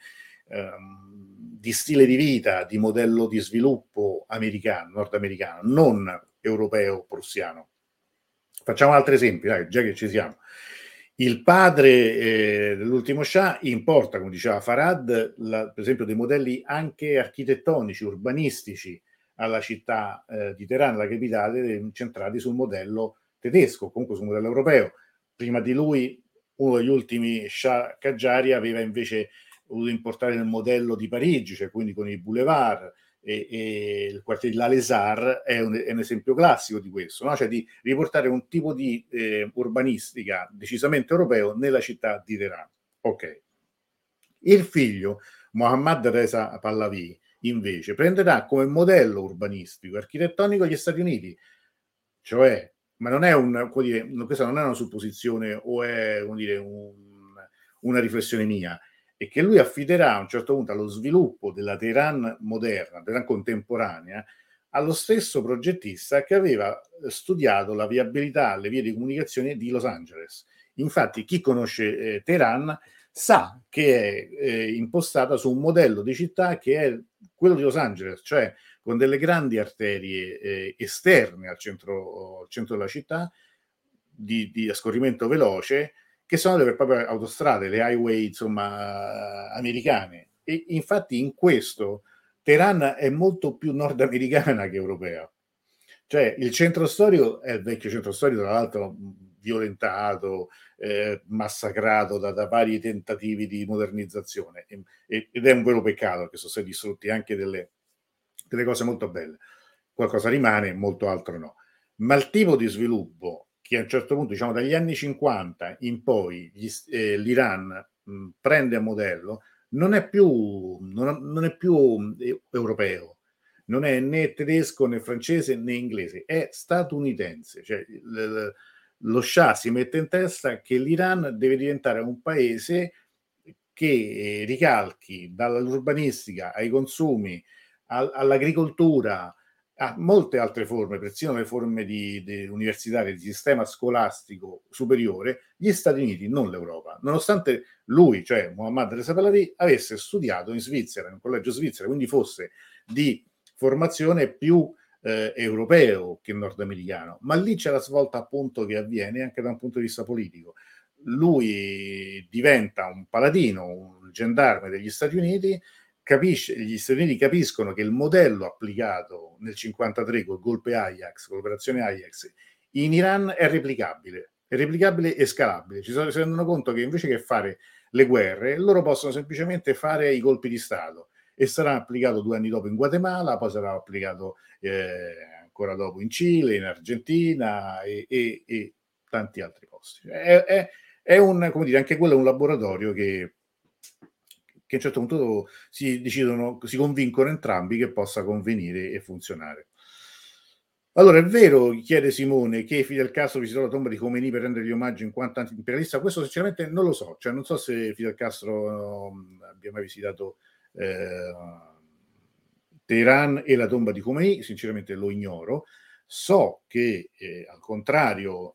stile di vita, di modello di sviluppo americano, nordamericano, non europeo, prussiano. Facciamo altri esempi, dai, già che ci siamo. Il padre dell'ultimo Shah importa, come diceva Farad, per esempio dei modelli anche architettonici, urbanistici alla città di Teheran, la capitale, centrati sul modello tedesco, comunque sul modello europeo. Prima di lui, uno degli ultimi Shah Qajar aveva invece voluto importare il modello di Parigi, cioè quindi con i boulevard, e il quartiere di Lalesar è un esempio classico di questo, no? Cioè di riportare un tipo di urbanistica decisamente europeo nella città di Teheran. Ok. Il figlio, Mohammad Reza Pahlavi, invece, prenderà come modello urbanistico architettonico gli Stati Uniti, cioè, ma non è questa non è una supposizione o è una riflessione mia, è che lui affiderà a un certo punto allo sviluppo della Teheran moderna, Teheran contemporanea, allo stesso progettista che aveva studiato la viabilità alle vie di comunicazione di Los Angeles. Infatti chi conosce Teheran sa che è impostata su un modello di città che è quello di Los Angeles, cioè con delle grandi arterie esterne al centro della città, a scorrimento veloce, che sono delle proprie autostrade, le highway, insomma, americane. E infatti in questo Teheran è molto più nordamericana che europea. Cioè il centro storico è il vecchio centro storico, tra l'altro violentato, massacrato da vari tentativi di modernizzazione, ed è un vero peccato che sono stati distrutti anche delle cose molto belle. Qualcosa rimane, molto altro no. Ma il tipo di sviluppo che a un certo punto, diciamo dagli anni 50 in poi, l'Iran prende a modello, non è più europeo, non è né tedesco né francese né inglese, è statunitense. Cioè, lo Shah si mette in testa che l'Iran deve diventare un paese che ricalchi dall'urbanistica ai consumi all'agricoltura, a molte altre forme, persino le forme universitarie, di sistema scolastico superiore, gli Stati Uniti, non l'Europa. Nonostante lui, cioè Mohammad Reza Pahlavi, avesse studiato in Svizzera, in un collegio svizzero, quindi fosse di formazione più europeo che nordamericano, ma lì c'è la svolta appunto che avviene anche da un punto di vista politico. Lui diventa un paladino, un gendarme degli Stati Uniti, gli Stati Uniti capiscono che il modello applicato nel 1953 col golpe Ajax, con l'operazione Ajax, in Iran è replicabile e scalabile. Si rendono conto che invece che fare le guerre, loro possono semplicemente fare i colpi di Stato, e sarà applicato 2 anni dopo in Guatemala, poi sarà applicato ancora dopo in Cile, in Argentina e tanti altri posti. È un, come dire, anche quello è un laboratorio che a un certo punto si convincono entrambi che possa convenire e funzionare. Allora, è vero, chiede Simone, che Fidel Castro visitò la tomba di Khomeini per rendergli omaggio in quanto anti-imperialista? Questo sinceramente non lo so, cioè non so se Fidel Castro abbia mai visitato Teheran e la tomba di Khomeini, sinceramente lo ignoro. So che al contrario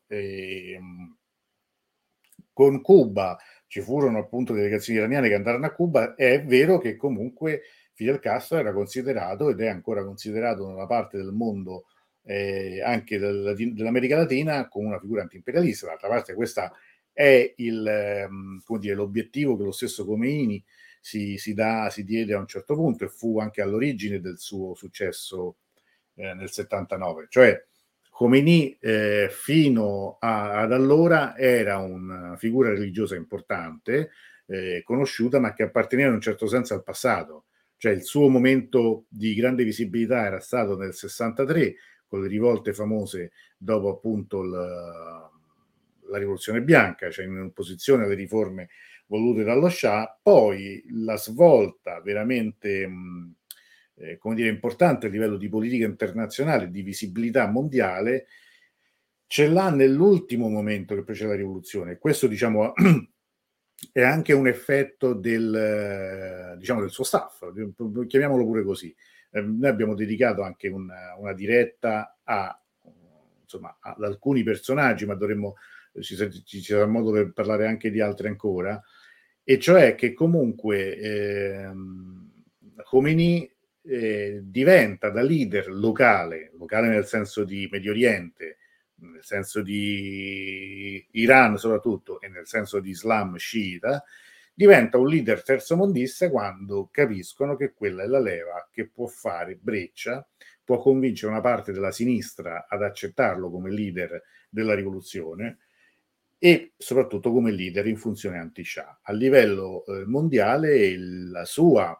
con Cuba ci furono appunto delegazioni iraniane che andarono a Cuba. È vero che comunque Fidel Castro era considerato ed è ancora considerato nella parte del mondo anche dell'America Latina come una figura anti-imperialista. D'altra parte questa è come dire, l'obiettivo che lo stesso Khomeini si diede a un certo punto e fu anche all'origine del suo successo nel 79. Cioè Khomeini fino ad allora era una figura religiosa importante, conosciuta, ma che apparteneva in un certo senso al passato. Cioè il suo momento di grande visibilità era stato nel 63, con le rivolte famose dopo appunto la rivoluzione bianca, cioè in opposizione alle riforme volute dallo Shah. Poi la svolta veramente come dire, importante a livello di politica internazionale, di visibilità mondiale, ce l'ha nell'ultimo momento che precede la rivoluzione. Questo, diciamo, è anche un effetto del suo staff, chiamiamolo pure così. Noi abbiamo dedicato anche una diretta insomma, ad alcuni personaggi, ma ci sarà modo per parlare anche di altri ancora, e cioè che comunque Khomeini diventa da leader locale nel senso di Medio Oriente, nel senso di Iran soprattutto e nel senso di Islam sciita, diventa un leader terzomondista quando capiscono che quella è la leva che può fare breccia, può convincere una parte della sinistra ad accettarlo come leader della rivoluzione e soprattutto come leader in funzione anti-Shah. A livello mondiale la sua,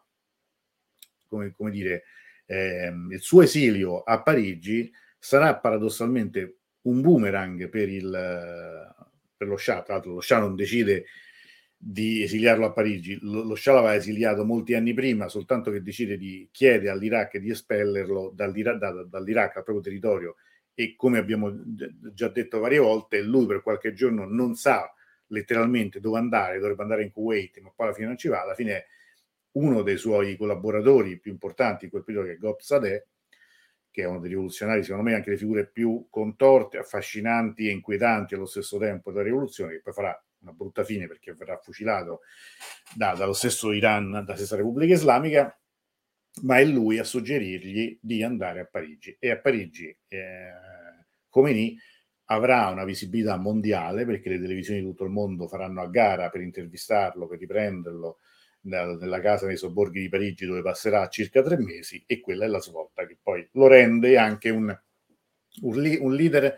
come dire, il suo esilio a Parigi sarà paradossalmente un boomerang per lo Shah. Tra l'altro lo Shah non decide di esiliarlo a Parigi, lo Shah l'aveva esiliato molti anni prima, soltanto che chiede all'Iraq di espellerlo dall'Iraq al proprio territorio, e come abbiamo già detto varie volte, lui per qualche giorno non sa letteralmente dove andare, dovrebbe andare in Kuwait, ma poi alla fine non ci va. Alla fine uno dei suoi collaboratori più importanti in quel periodo, che è Gop Sadeh, che è uno dei rivoluzionari, secondo me anche le figure più contorte, affascinanti e inquietanti allo stesso tempo della rivoluzione, che poi farà una brutta fine perché verrà fucilato dallo stesso Iran, dalla stessa Repubblica Islamica, ma è lui a suggerirgli di andare a Parigi. E a Parigi Khomeini avrà una visibilità mondiale perché le televisioni di tutto il mondo faranno a gara per intervistarlo, per riprenderlo nella casa nei sobborghi di Parigi, dove passerà circa 3 mesi, e quella è la svolta che poi lo rende anche un leader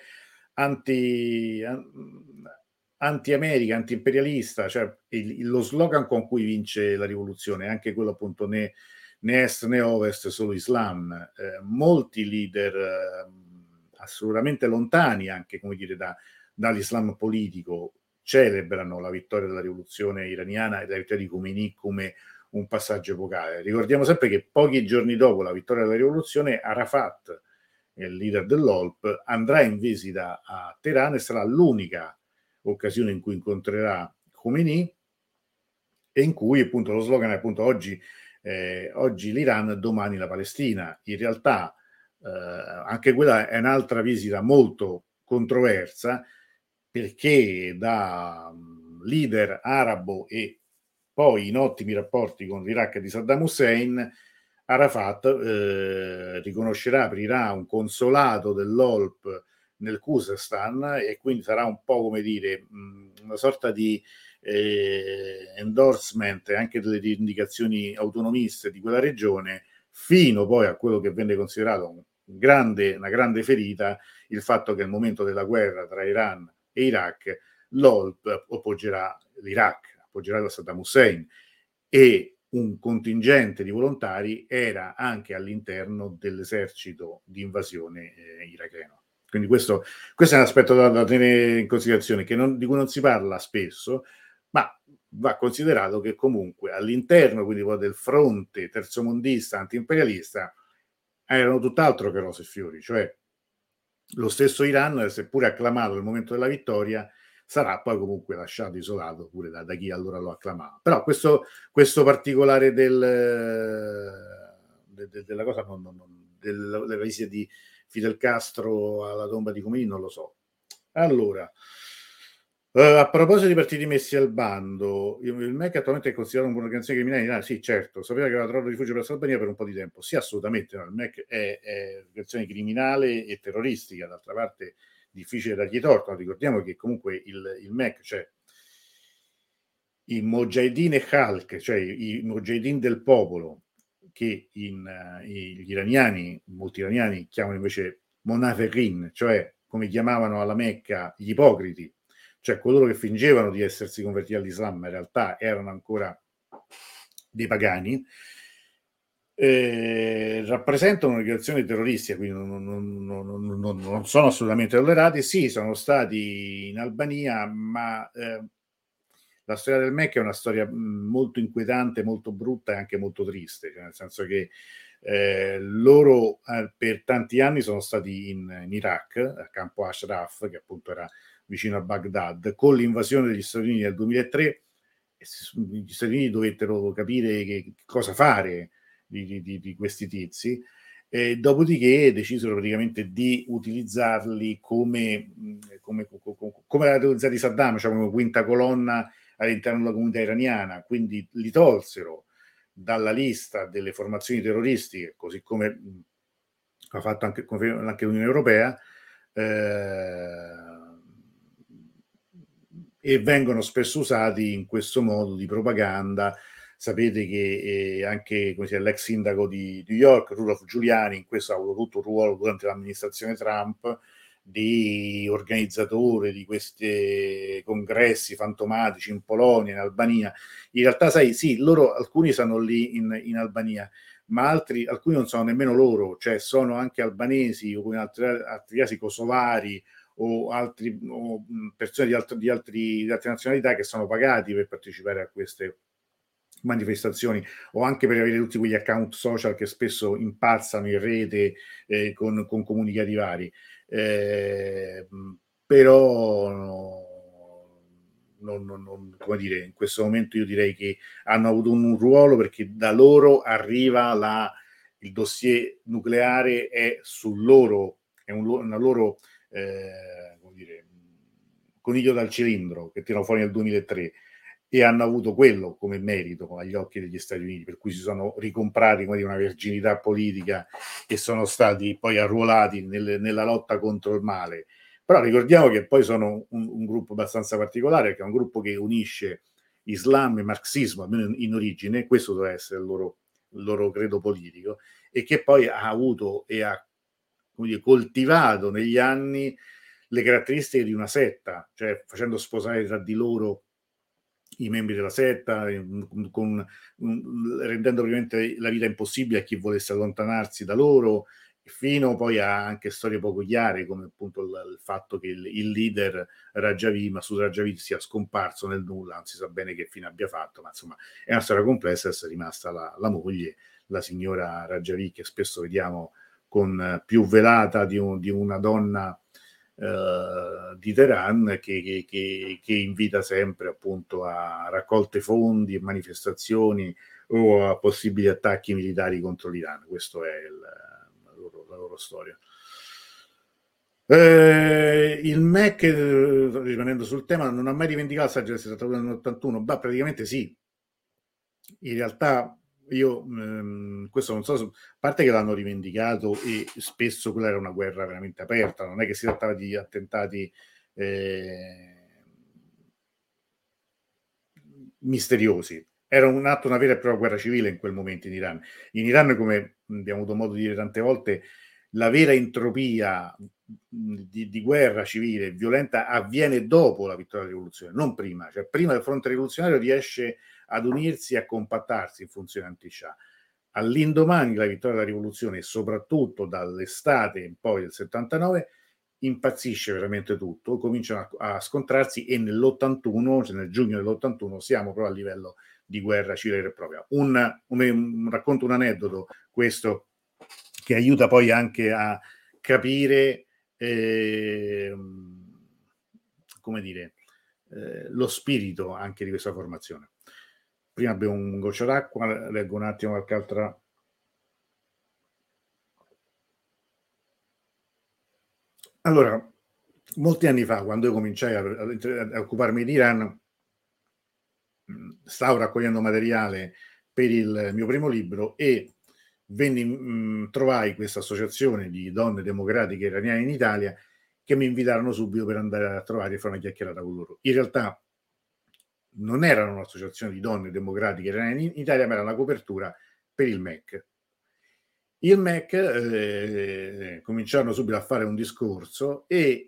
anti-America, anti-imperialista. Cioè lo slogan con cui vince la rivoluzione è anche quello appunto né est né ovest, solo Islam. Molti leader assolutamente lontani anche, come dire, dall'Islam politico celebrano la vittoria della rivoluzione iraniana e la vittoria di Khomeini come un passaggio epocale. Ricordiamo sempre che pochi giorni dopo la vittoria della rivoluzione, Arafat, il leader dell'OLP, andrà in visita a Teheran e sarà l'unica occasione in cui incontrerà Khomeini, e in cui appunto lo slogan è appunto oggi l'Iran, domani la Palestina. In realtà anche quella è un'altra visita molto controversa, perché da leader arabo e poi in ottimi rapporti con l'Iraq di Saddam Hussein Arafat riconoscerà, aprirà un consolato dell'OLP nel Khuzestan e quindi sarà un po' come dire una sorta di endorsement anche delle indicazioni autonomiste di quella regione, fino poi a quello che venne considerato una grande ferita, il fatto che al momento della guerra tra Iran e Iraq l'OLP appoggerà l'Iraq, appoggerà Saddam Hussein, e un contingente di volontari era anche all'interno dell'esercito di invasione iracheno. Quindi questo è un aspetto da tenere in considerazione, di cui non si parla spesso, ma va considerato che comunque all'interno quindi del fronte terzomondista antiimperialista erano tutt'altro che rose e fiori, cioè lo stesso Iran, seppure acclamato nel momento della vittoria, sarà poi comunque lasciato isolato pure da chi allora lo acclamava. Però questo particolare della cosa, della visita di Fidel Castro alla tomba di Khomeini, non lo so. Allora, a proposito di partiti messi al bando, il MEC attualmente è considerato un'organizzazione criminale? Sì, certo, sapeva che aveva trovato rifugio presso l'Albania per un po' di tempo. Sì, assolutamente, no. Il MEC è un'organizzazione criminale e terroristica, d'altra parte difficile dargli torto. Ricordiamo che comunque il MEC, cioè i Mojahedin e Khalq, cioè i Mojahedin del popolo, che gli iraniani, molti iraniani chiamano invece Monafeqin, cioè come chiamavano alla Mecca gli ipocriti, cioè coloro che fingevano di essersi convertiti all'Islam, ma in realtà erano ancora dei pagani, rappresentano un'organizzazione terroristica, quindi non sono assolutamente tollerati. Sì, sono stati in Albania, ma la storia del MEC è una storia molto inquietante, molto brutta e anche molto triste, cioè nel senso che loro per tanti anni sono stati in Iraq, a campo Ashraf, che appunto era vicino a Baghdad. Con l'invasione degli Stati Uniti nel 2003, gli Stati Uniti dovettero capire che cosa fare di questi tizi, e dopodiché decisero praticamente di utilizzarli come era utilizzato Saddam, cioè come quinta colonna all'interno della comunità iraniana, quindi li tolsero dalla lista delle formazioni terroristiche, così come ha fatto anche l'Unione Europea, e vengono spesso usati in questo modo di propaganda. Sapete che anche l'ex sindaco di New York, Rudolph Giuliani, in questo ha avuto tutto un ruolo durante l'amministrazione Trump, di organizzatore di questi congressi fantomatici in Polonia, in Albania. In realtà, sai, sì, loro alcuni sono lì in Albania, ma alcuni non sono nemmeno loro, cioè sono anche albanesi o in altri casi kosovari o persone di altre nazionalità che sono pagati per partecipare a queste manifestazioni, o anche per avere tutti quegli account social che spesso impazzano in rete con comunicati vari. Però come dire, in questo momento io direi che hanno avuto un ruolo, perché da loro arriva il dossier nucleare, è sul loro, è una loro come dire, coniglio dal cilindro che tirano fuori nel 2003, e hanno avuto quello come merito agli occhi degli Stati Uniti, per cui si sono ricomprati come dire, una verginità politica e sono stati poi arruolati nella lotta contro il male. Però ricordiamo che poi sono un gruppo abbastanza particolare, che è un gruppo che unisce Islam e marxismo, almeno in origine. Questo deve essere il loro credo politico, e che poi ha avuto e ha, come dire, coltivato negli anni le caratteristiche di una setta, cioè facendo sposare tra di loro i membri della setta, rendendo ovviamente la vita impossibile a chi volesse allontanarsi da loro, fino poi a anche storie poco chiare, come appunto il fatto che il leader Massoud Rajavi sia scomparso nel nulla, non si sa bene che fine abbia fatto, ma insomma è una storia complessa. È rimasta la moglie, la signora Rajavi, che spesso vediamo con più velata di una donna di Teheran, che invita sempre appunto a raccolte fondi e manifestazioni o a possibili attacchi militari contro l'Iran. Questa è la loro storia. Il MEC, rimanendo sul tema, non ha mai rivendicato la saggia del 72 nell'81? Praticamente sì. In realtà io questo non so, a parte che l'hanno rivendicato e spesso quella era una guerra veramente aperta, non è che si trattava di attentati misteriosi, era un atto, una vera e propria guerra civile in quel momento in Iran. In Iran, come abbiamo avuto modo di dire tante volte, la vera entropia di guerra civile e violenta avviene dopo la vittoria della rivoluzione, non prima. Cioè, prima il fronte rivoluzionario riesce ad unirsi e a compattarsi in funzione anti-Shah. All'indomani della vittoria della rivoluzione, e soprattutto dall'estate in poi del 79, impazzisce veramente tutto, cominciano a scontrarsi e nell'81, cioè nel giugno dell'81, siamo proprio a livello di guerra civile vera e propria. Un racconto, un aneddoto, questo, che aiuta poi anche a capire, come dire, lo spirito anche di questa formazione. Prima abbiamo un goccio d'acqua, leggo un attimo qualche altra. Allora, molti anni fa, quando io cominciai a occuparmi di Iran, stavo raccogliendo materiale per il mio primo libro e trovai questa associazione di donne democratiche iraniane in Italia che mi invitarono subito per andare a trovare e fare una chiacchierata con loro. In realtà non erano un'associazione di donne democratiche iraniane in Italia, ma era la copertura per il MEC. Il MEC cominciarono subito a fare un discorso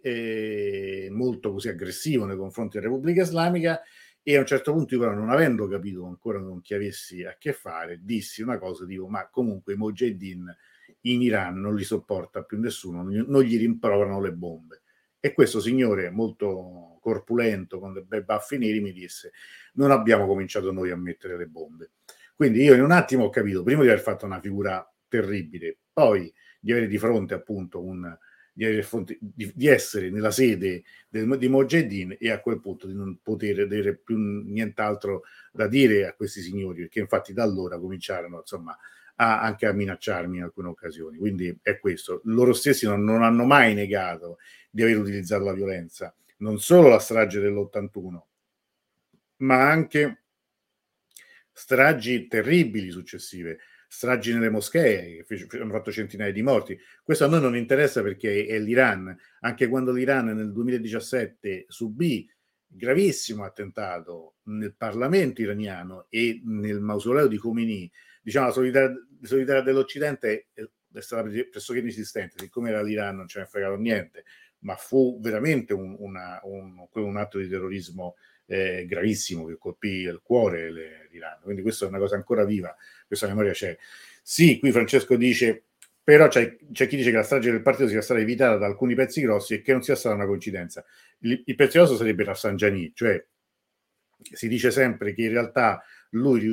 molto così aggressivo nei confronti della Repubblica Islamica, e a un certo punto io, però, non avendo capito ancora con chi avessi a che fare, dissi una cosa, dico: ma comunque i Mujahideen in Iran non li sopporta più nessuno, non gli rimproverano le bombe. E questo signore molto corpulento con dei bei baffi neri mi disse: non abbiamo cominciato noi a mettere le bombe. Quindi io in un attimo ho capito, prima di aver fatto una figura terribile, poi di avere di fronte appunto di essere nella sede di Mojahedin, e a quel punto di non poter avere più nient'altro da dire a questi signori, perché infatti da allora cominciarono, insomma, anche a minacciarmi in alcune occasioni. Quindi è questo, loro stessi non hanno mai negato di aver utilizzato la violenza, non solo la strage dell'81, ma anche stragi terribili successive, stragi nelle moschee che hanno fatto centinaia di morti. Questo a noi non interessa perché è l'Iran. Anche quando l'Iran nel 2017 subì gravissimo attentato nel Parlamento iraniano e nel mausoleo di Khomeini, diciamo la solidarietà dell'Occidente è stata pressoché inesistente, siccome era l'Iran non ce ne fregato niente, ma fu veramente un atto di terrorismo gravissimo che colpì il cuore l'Iran. Quindi questa è una cosa ancora viva, questa memoria c'è. Sì, qui Francesco dice, però c'è chi dice che la strage del partito sia stata evitata da alcuni pezzi grossi e che non sia stata una coincidenza. Il pezzo grosso sarebbe Rafsanjani, cioè si dice sempre che in realtà lui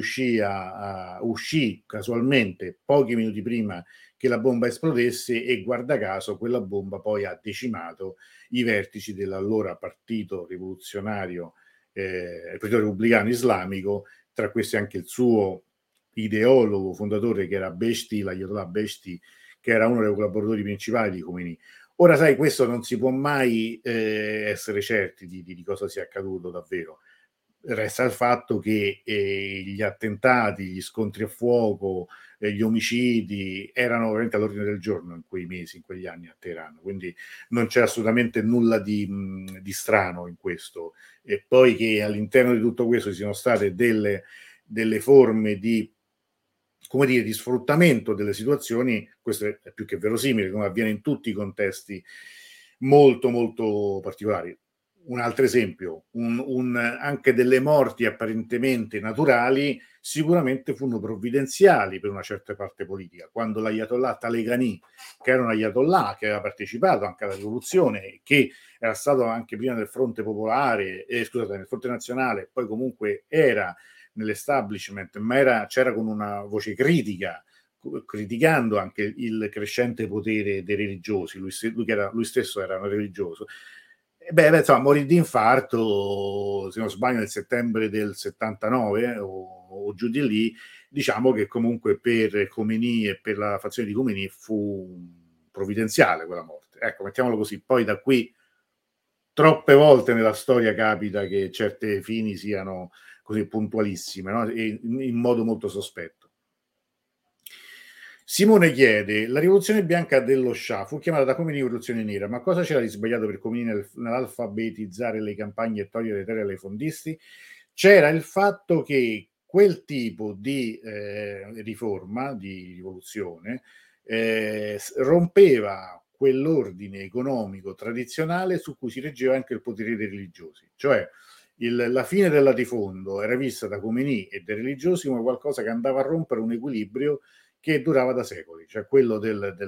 uscì casualmente pochi minuti prima che la bomba esplodesse, e guarda caso quella bomba poi ha decimato i vertici dell'allora partito rivoluzionario, il partito repubblicano islamico, tra questi anche il suo ideologo fondatore, che era Beheshti, l'Ayatollah Beheshti, che era uno dei collaboratori principali di Khomeini. Ora, sai, questo non si può mai essere certi di cosa sia accaduto davvero. Resta il fatto che gli attentati, gli scontri a fuoco, gli omicidi erano veramente all'ordine del giorno in quei mesi, in quegli anni a Teheran, quindi non c'è assolutamente nulla di strano in questo. E poi che all'interno di tutto questo ci siano state delle forme come dire, di sfruttamento delle situazioni, questo è più che verosimile, come avviene in tutti i contesti molto molto particolari. Un altro esempio, anche delle morti apparentemente naturali sicuramente furono provvidenziali per una certa parte politica. Quando l'Ayatollah Taleghani, che era un Ayatollah che aveva partecipato anche alla rivoluzione, che era stato anche prima del fronte popolare, scusate, nel fronte nazionale, poi comunque era nell'establishment, ma c'era con una voce critica, criticando anche il crescente potere dei religiosi. Lui stesso era un religioso. Insomma, morì di infarto, se non sbaglio, nel settembre del 79 o giù di lì. Diciamo che comunque per Khomeini e per la fazione di Khomeini fu provvidenziale quella morte. Ecco, mettiamolo così. Poi da qui troppe volte nella storia capita che certe fini siano così puntualissime, no? E in modo molto sospetto. Simone chiede: la rivoluzione bianca dello Shah fu chiamata da Khomeini rivoluzione nera, ma cosa c'era di sbagliato per Khomeini nell'alfabetizzare le campagne e togliere le terre ai fondisti? C'era il fatto che quel tipo di riforma, di rivoluzione, rompeva quell'ordine economico tradizionale su cui si reggeva anche il potere dei religiosi. Cioè la fine del latifondo era vista da Khomeini e dai religiosi come qualcosa che andava a rompere un equilibrio che durava da secoli, cioè quello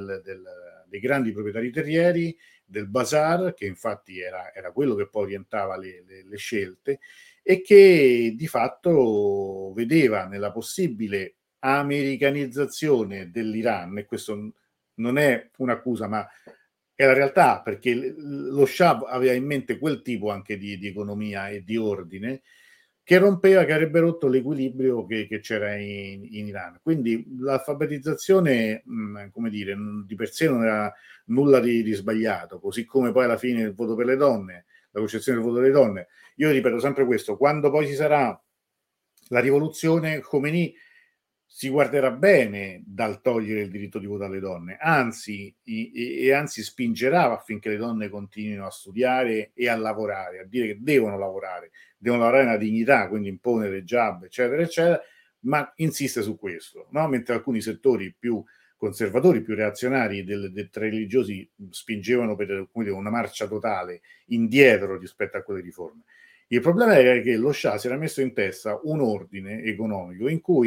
dei grandi proprietari terrieri, del bazar, che infatti era quello che poi orientava le scelte, e che di fatto vedeva nella possibile americanizzazione dell'Iran, e questo non è un'accusa, ma è la realtà, perché lo Shah aveva in mente quel tipo anche di economia e di ordine, che rompeva, che avrebbe rotto l'equilibrio che c'era in Iran. Quindi l'alfabetizzazione, come dire, di per sé non era nulla di sbagliato, così come poi alla fine il voto per le donne, la concezione del voto delle donne. Io ripeto sempre questo: quando poi ci sarà la rivoluzione, Khomeini si guarderà bene dal togliere il diritto di voto alle donne, anzi, anzi spingerà affinché le donne continuino a studiare e a lavorare, a dire che devono lavorare nella dignità, quindi impone le jab, eccetera, eccetera, ma insiste su questo, no? Mentre alcuni settori più conservatori, più reazionari tra i religiosi spingevano per, come dire, una marcia totale indietro rispetto a quelle riforme. Il problema è che lo Shah si era messo in testa un ordine economico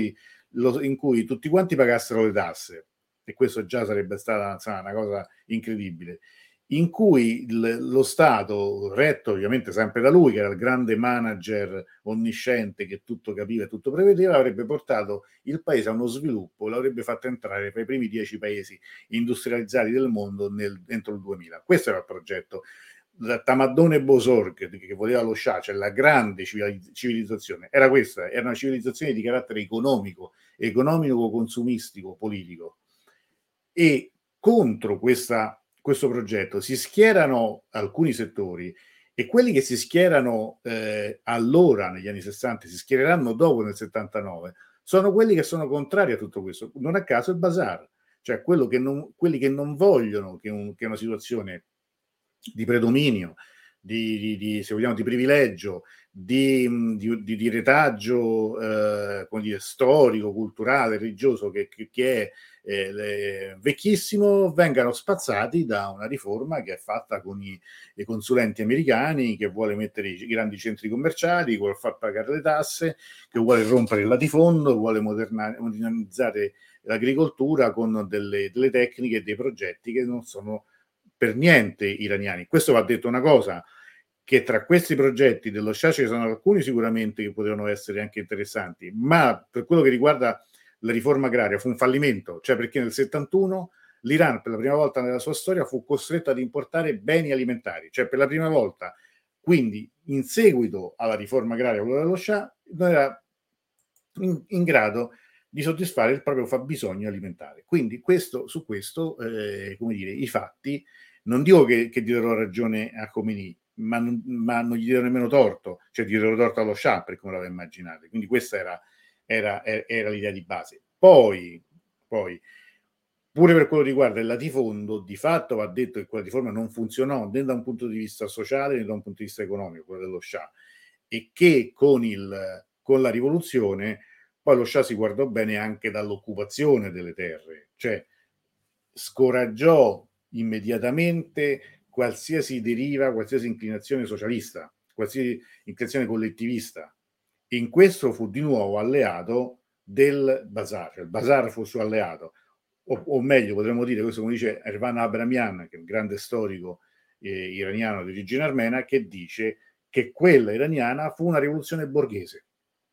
in cui tutti quanti pagassero le tasse, e questo già sarebbe stata una cosa incredibile, in cui lo Stato, retto ovviamente sempre da lui, che era il grande manager onnisciente che tutto capiva e tutto prevedeva, avrebbe portato il paese a uno sviluppo, l'avrebbe fatto entrare tra i primi 10 paesi industrializzati del mondo entro il 2000. Questo era il progetto. Tamaddone Bosorg, che voleva lo Shah, cioè la grande civilizzazione, era questa, era una civilizzazione di carattere economico, consumistico, politico. E contro questo progetto si schierano alcuni settori, e quelli che si schierano allora, negli anni 60, si schiereranno dopo nel 79, sono quelli che sono contrari a tutto questo. Non a caso il bazar, cioè quelli che non vogliono che una situazione di predominio, se vogliamo, di privilegio, di retaggio come dire, storico, culturale, religioso che è vecchissimo, vengano spazzati da una riforma che è fatta con i consulenti americani, che vuole mettere i grandi centri commerciali, che vuole far pagare le tasse, che vuole rompere il latifondo, vuole modernizzare l'agricoltura con delle tecniche e dei progetti che non sono per niente iraniani. Questo va detto una cosa, che tra questi progetti dello Shah ci sono alcuni sicuramente che potevano essere anche interessanti, ma per quello che riguarda la riforma agraria fu un fallimento, cioè perché nel 71 l'Iran per la prima volta nella sua storia fu costretto ad importare beni alimentari, cioè per la prima volta, quindi in seguito alla riforma agraria, quella dello Shah, non era in grado di soddisfare il proprio fabbisogno alimentare. Quindi su questo, come dire, i fatti, non dico che diedero ragione a Khomeini, ma non gli diedero nemmeno torto, cioè diedero torto allo Shah per come l'aveva immaginato. Quindi questa era l'idea di base. Poi, pure per quello che riguarda il latifondo, di fatto va detto che quella riforma non funzionò né da un punto di vista sociale né da un punto di vista economico, quello dello Shah, e che con la rivoluzione poi lo Shah si guardò bene anche dall'occupazione delle terre, cioè scoraggiò immediatamente qualsiasi deriva, qualsiasi inclinazione socialista, qualsiasi inclinazione collettivista. In questo fu di nuovo alleato del bazar, cioè il bazar fu suo alleato, o meglio potremmo dire, questo come dice Ervan Abramian, che è un grande storico iraniano di origine armena, che dice che quella iraniana fu una rivoluzione borghese.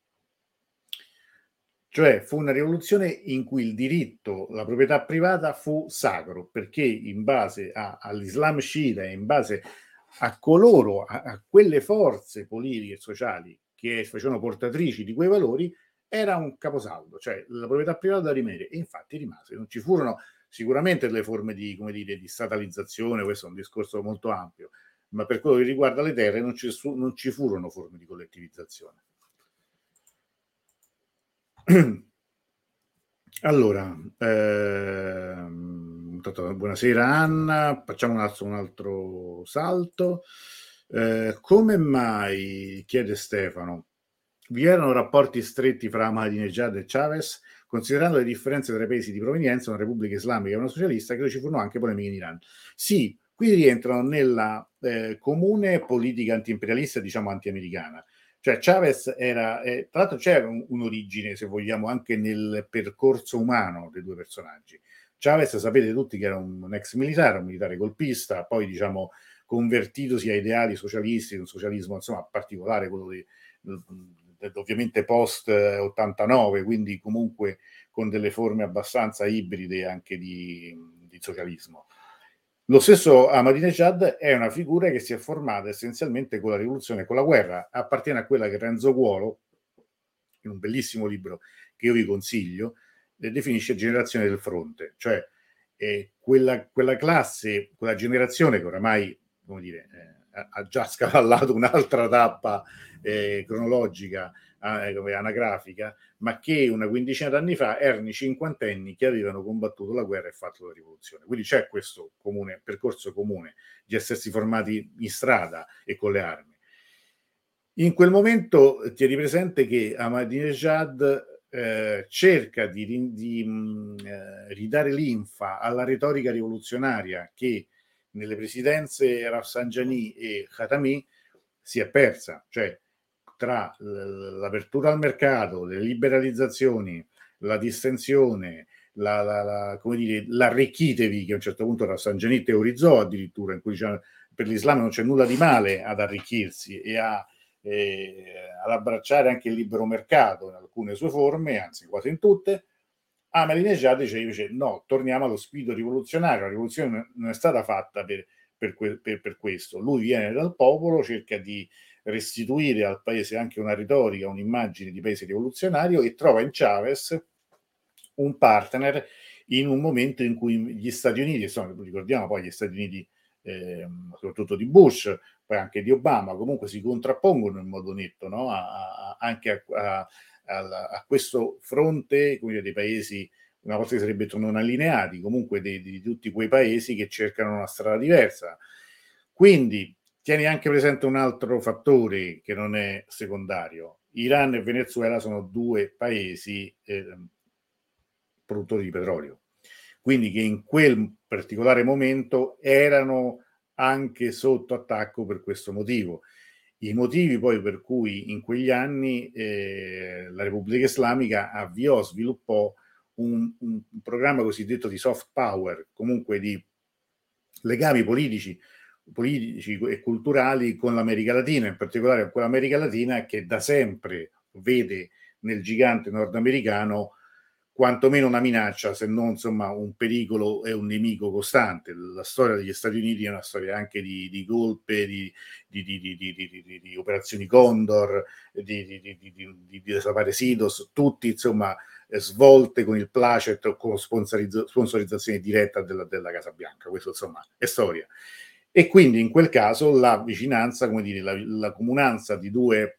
Cioè fu una rivoluzione in cui il diritto, la proprietà privata fu sacro, perché in base all'Islam sciita e in base a coloro, a quelle forze politiche e sociali che facevano portatrici di quei valori, era un caposaldo, cioè la proprietà privata da rimanere, e infatti rimase. Non ci furono sicuramente delle forme di, come dire, di statalizzazione, questo è un discorso molto ampio, ma per quello che riguarda le terre non ci furono forme di collettivizzazione. Allora, buonasera Anna, facciamo un altro salto. Come mai, chiede Stefano, vi erano rapporti stretti fra Ahmadinejad e Chavez? Considerando le differenze tra i paesi di provenienza, una repubblica islamica e una socialista, credo ci furono anche polemiche in Iran. Sì, qui rientrano nella comune politica anti-imperialista, diciamo anti-americana. Cioè Chavez era, tra l'altro c'era un'origine, se vogliamo, anche nel percorso umano dei due personaggi. Chavez, sapete tutti che era un ex militare, un militare golpista, poi diciamo convertitosi a ideali socialisti, un socialismo insomma particolare, quello di ovviamente post 89, quindi comunque con delle forme abbastanza ibride anche di socialismo. Lo stesso Ahmadinejad è una figura che si è formata essenzialmente con la rivoluzione, con la guerra, appartiene a quella che Renzo Guolo, in un bellissimo libro che io vi consiglio, definisce generazione del fronte, cioè quella classe, quella generazione che oramai, come dire, ha già scavallato un'altra tappa cronologica, anagrafica, ma che una quindicina d'anni fa erano i cinquantenni che avevano combattuto la guerra e fatto la rivoluzione. Quindi c'è questo comune, percorso comune di essersi formati in strada e con le armi. In quel momento tieni presente che Ahmadinejad cerca di ridare linfa alla retorica rivoluzionaria che nelle presidenze Rafsanjani e Khatami si è persa, cioè tra l'apertura al mercato, le liberalizzazioni, la distensione, come dire, l'arricchitevi che a un certo punto Rafsanjani teorizzò addirittura, in cui diciamo, per l'Islam non c'è nulla di male ad arricchirsi e ad abbracciare anche il libero mercato in alcune sue forme, anzi quasi in tutte. Ahmadinejad dice invece no, torniamo allo spirito rivoluzionario, la rivoluzione non è stata fatta per questo, lui viene dal popolo, cerca di restituire al paese anche una retorica, un'immagine di paese rivoluzionario e trova in Chavez un partner in un momento in cui gli Stati Uniti, insomma, ricordiamo poi gli Stati Uniti soprattutto di Bush, poi anche di Obama, comunque si contrappongono in modo netto, no? Anche a questo fronte, come dire, dei paesi, una volta che sarebbero non allineati, comunque di tutti quei paesi che cercano una strada diversa. Quindi tieni anche presente un altro fattore che non è secondario. Iran e Venezuela sono due paesi produttori di petrolio, quindi che in quel particolare momento erano anche sotto attacco per questo motivo. I motivi poi per cui in quegli anni la Repubblica Islamica avviò, sviluppò un programma cosiddetto di soft power, comunque di legami politici e culturali con l'America Latina, in particolare con quell'America Latina che da sempre vede nel gigante nordamericano quantomeno una minaccia, se non insomma un pericolo e un nemico costante. La storia degli Stati Uniti è una storia anche di golpe, di operazioni Condor, di desaparecidos, tutti insomma svolte con il placet o con sponsorizzazione diretta della Casa Bianca. Questo insomma è storia. E quindi in quel caso la vicinanza, come dire, la comunanza di due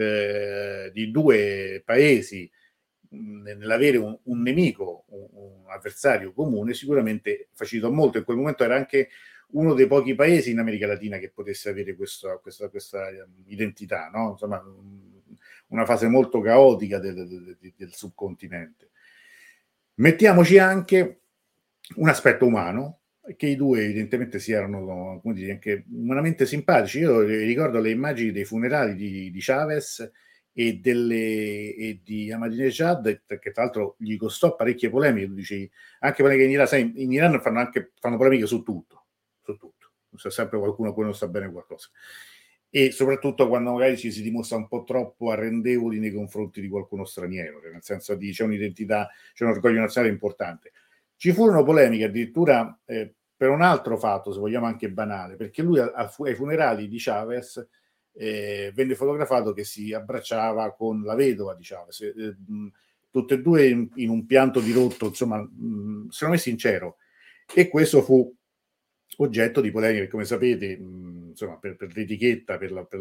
paesi nell'avere un nemico, un avversario comune, sicuramente facilitò molto. In quel momento era anche uno dei pochi paesi in America Latina che potesse avere questa identità, no? Insomma, una fase molto caotica del subcontinente. Mettiamoci anche un aspetto umano, che i due evidentemente si erano, come dire, anche umanamente simpatici. Io ricordo le immagini dei funerali di Chavez e di Ahmadinejad, che tra l'altro gli costò parecchie polemiche, tu dici, anche perché in Iran fanno polemiche su tutto, c'è sempre qualcuno a cui non sta bene qualcosa, e soprattutto quando magari ci si dimostra un po' troppo arrendevoli nei confronti di qualcuno straniero, nel senso di c'è un'identità, c'è un orgoglio nazionale importante. Ci furono polemiche addirittura per un altro fatto, se vogliamo anche banale, perché lui ai funerali di Chavez venne fotografato che si abbracciava con la vedova di Chavez, tutte e due in un pianto dirotto, insomma, secondo me sincero. E questo fu oggetto di polemiche, come sapete, insomma, per l'etichetta,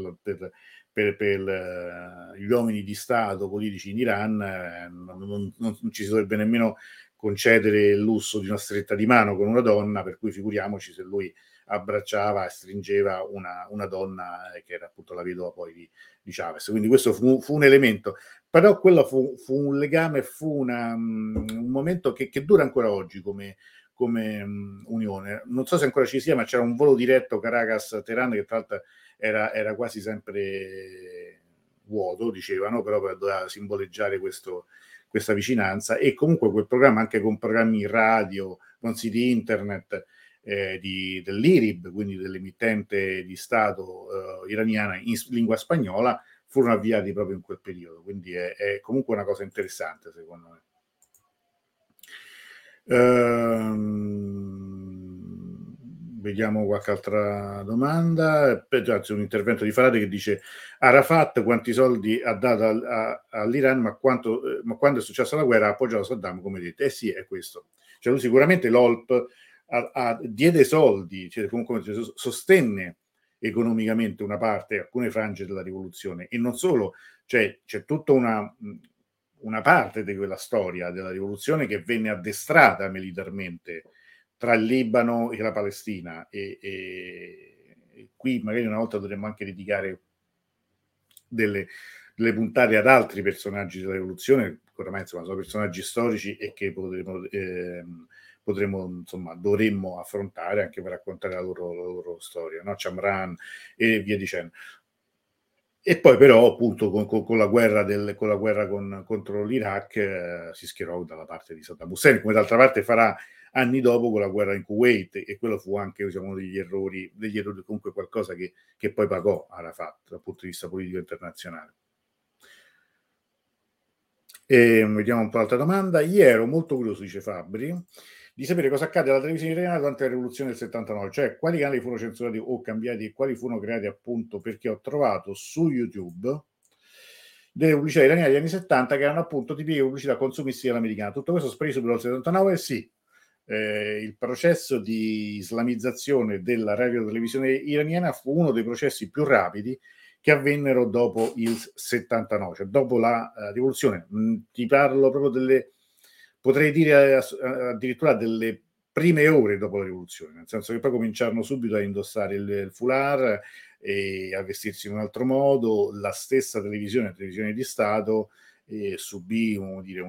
per gli uomini di Stato politici in Iran, non ci si dovrebbe nemmeno concedere il lusso di una stretta di mano con una donna, per cui figuriamoci se lui abbracciava e stringeva una donna che era appunto la vedova poi di Chavez. Quindi questo fu un elemento, però quello fu un legame, fu un momento che dura ancora oggi come unione. Non so se ancora ci sia, ma c'era un volo diretto Caracas-Teheran che tra l'altro era quasi sempre vuoto, dicevano, però doveva simboleggiare questa vicinanza, e comunque quel programma, anche con programmi radio, con siti internet dell'IRIB, quindi dell'emittente di Stato iraniana in lingua spagnola, furono avviati proprio in quel periodo, quindi è comunque una cosa interessante secondo me. Vediamo qualche altra domanda. Anzi, un intervento di Farade che dice: Arafat quanti soldi ha dato all'Iran, ma quando è successa la guerra ha appoggiato Saddam, come dite. Sì, è questo. Cioè lui sicuramente l'OLP diede soldi, cioè comunque sostenne economicamente una parte, alcune frange della rivoluzione, e non solo, cioè c'è tutta una parte di quella storia della rivoluzione che venne addestrata militarmente tra il Libano e la Palestina, e qui magari una volta dovremmo anche dedicare delle puntate ad altri personaggi della rivoluzione, oramai insomma sono personaggi storici e che potremmo insomma, dovremmo affrontare anche per raccontare la loro storia, no? Chamran e via dicendo. E poi però appunto con la guerra contro l'Iraq si schierò dalla parte di Saddam Hussein, come d'altra parte farà anni dopo con la guerra in Kuwait, e quello fu anche, diciamo, uno degli errori, comunque qualcosa che poi pagò Arafat dal punto di vista politico internazionale. E vediamo un po' l'altra domanda. Io ero molto curioso, dice Fabri, di sapere cosa accade alla televisione italiana durante la rivoluzione del 79, cioè quali canali furono censurati o cambiati e quali furono creati, appunto perché ho trovato su YouTube delle pubblicità italiane degli anni 70 che erano appunto tipiche pubblicità consumistica all'americana. Tutto questo sparì subito dal 79? Sì. Il processo di islamizzazione della radio televisione iraniana fu uno dei processi più rapidi che avvennero dopo il 79, cioè dopo la rivoluzione. Ti parlo proprio potrei dire addirittura delle prime ore dopo la rivoluzione, nel senso che poi cominciarono subito a indossare il foulard e a vestirsi in un altro modo. La stessa televisione di Stato subì, dire,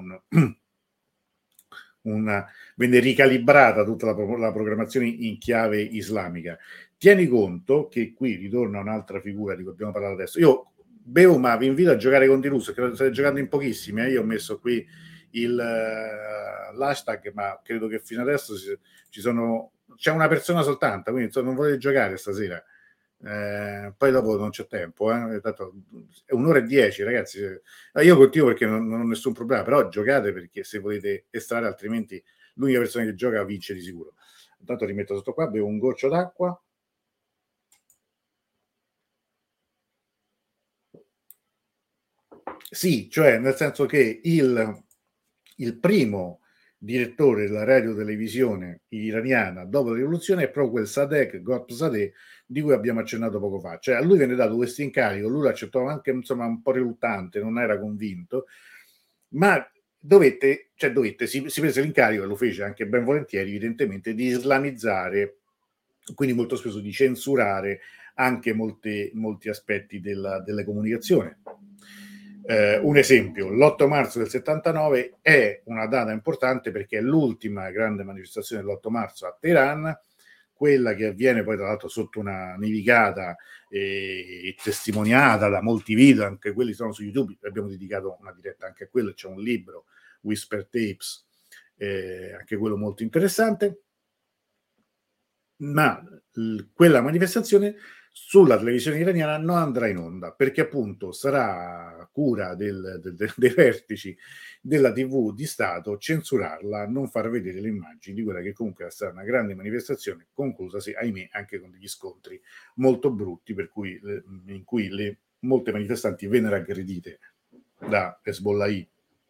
venne ricalibrata tutta la programmazione in chiave islamica. Tieni conto che qui ritorna un'altra figura di cui abbiamo parlato adesso. Io bevo, ma vi invito a giocare con Dirus, che state giocando in pochissimi. Io ho messo qui l'hashtag, ma credo che fino adesso c'è una persona soltanto, quindi non volete giocare stasera. Poi dopo non c'è tempo, tanto è 1:10, ragazzi. Io continuo perché non ho nessun problema, però giocate perché se volete estrarre, altrimenti l'unica persona che gioca vince di sicuro. Intanto rimetto sotto qua, bevo un goccio d'acqua. Sì, cioè nel senso che il primo direttore della radiotelevisione iraniana dopo la rivoluzione è proprio quel Sadegh Ghorpzadeh di cui abbiamo accennato poco fa. Cioè a lui venne dato questo incarico, lui lo accettò anche insomma un po' riluttante, non era convinto, ma si prese l'incarico, e lo fece anche ben volentieri evidentemente, di islamizzare, quindi molto spesso di censurare anche molti aspetti delle comunicazioni. Un esempio, l'8 marzo del 79 è una data importante perché è l'ultima grande manifestazione dell'8 marzo a Teheran, quella che avviene poi tra l'altro sotto una nevicata e testimoniata da molti video, anche quelli sono su YouTube, abbiamo dedicato una diretta anche a quello, c'è un libro, Whisper Tapes, anche quello molto interessante. Ma quella manifestazione sulla televisione iraniana non andrà in onda, perché appunto sarà cura dei vertici della TV di Stato censurarla, non far vedere le immagini di quella che comunque era stata una grande manifestazione, conclusasi, ahimè, anche con degli scontri molto brutti, in cui molte manifestanti vennero aggredite da Hezbollah,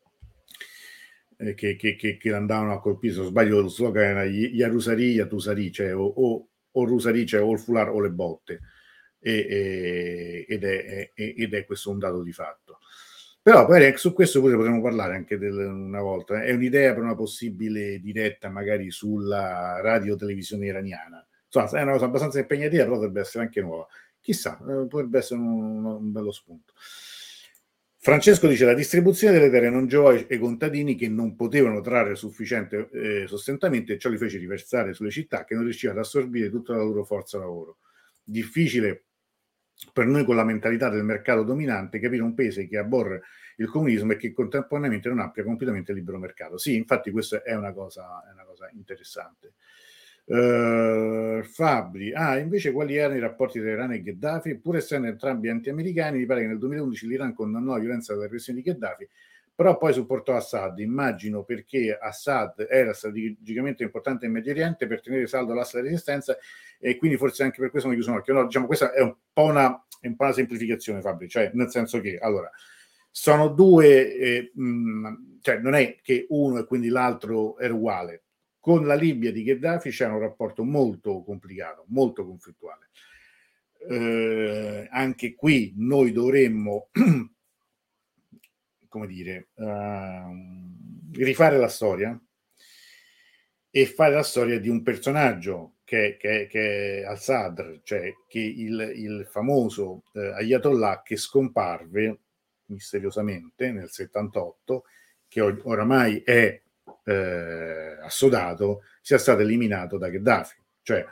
che andavano a colpire. Se non sbaglio lo slogan era Yarusari, Yatusari, cioè o Rusari, cioè o il foulard o le botte. ed è questo un dato di fatto. Però poi su questo pure potremmo parlare anche una volta. È un'idea per una possibile diretta magari sulla radio televisione iraniana. Insomma, è una cosa abbastanza impegnativa, però dovrebbe essere anche nuova. Chissà, potrebbe essere un bello spunto. Francesco dice: la distribuzione delle terre non giovò ai contadini che non potevano trarre sufficiente sostentamento, e ciò li fece riversare sulle città che non riuscivano ad assorbire tutta la loro forza lavoro. Difficile per noi con la mentalità del mercato dominante capire un paese che aborre il comunismo e che contemporaneamente non abbia completamente il libero mercato. Sì, infatti questa è una cosa interessante. Fabri, invece quali erano i rapporti tra Iran e Gheddafi? Pur essendo entrambi anti-americani, mi pare che nel 2011 l'Iran condannò la violenza della repressione di Gheddafi, però poi supportò Assad, immagino perché Assad era strategicamente importante in Medio Oriente per tenere saldo l'asse della resistenza, e quindi forse anche per questo non chiuso un occhio. No, diciamo, questa è un po' una semplificazione, Fabri, cioè nel senso che, allora, sono due, cioè non è che uno e quindi l'altro è uguale. Con la Libia di Gheddafi c'è un rapporto molto complicato, molto conflittuale. Anche qui noi dovremmo come dire, rifare la storia e fare la storia di un personaggio che è al-Sadr, cioè che il famoso Ayatollah che scomparve misteriosamente nel 78, che oramai è assodato, sia stato eliminato da Gheddafi. Cioè,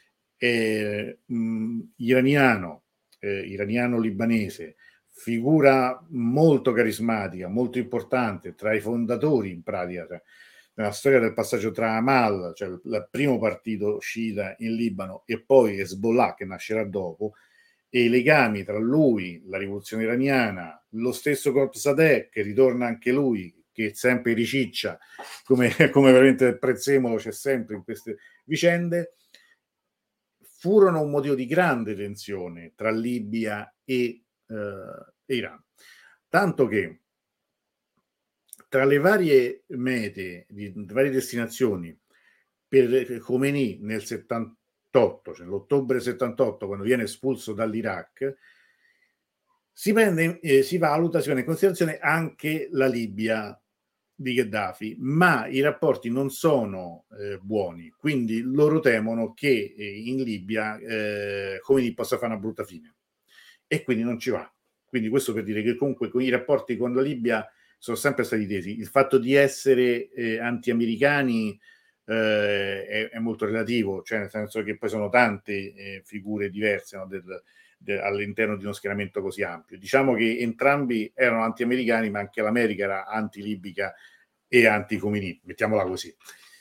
iraniano-libanese, figura molto carismatica, molto importante, tra i fondatori in pratica, nella storia del passaggio tra Amal, cioè il primo partito sciita in Libano, e poi Hezbollah che nascerà dopo, e i legami tra lui, la rivoluzione iraniana, lo stesso Corp Sadeh che ritorna anche lui, che sempre riciccia, come veramente Prezzemolo c'è sempre in queste vicende, furono un motivo di grande tensione tra Libia e Iran. Tanto che tra le varie mete, di varie destinazioni per Khomeini nel 78, cioè l'ottobre 78, quando viene espulso dall'Iraq, si prende si prende in considerazione anche la Libia di Gheddafi, ma i rapporti non sono buoni, quindi loro temono che in Libia Khomeini possa fare una brutta fine, e quindi non ci va. Quindi questo per dire che comunque i rapporti con la Libia sono sempre stati tesi. Il fatto di essere anti-americani è molto relativo, cioè nel senso che poi sono tante figure diverse, no, all'interno di uno schieramento così ampio. Diciamo che entrambi erano anti-americani, ma anche l'America era anti-libica e anti-Khomeini, mettiamola così.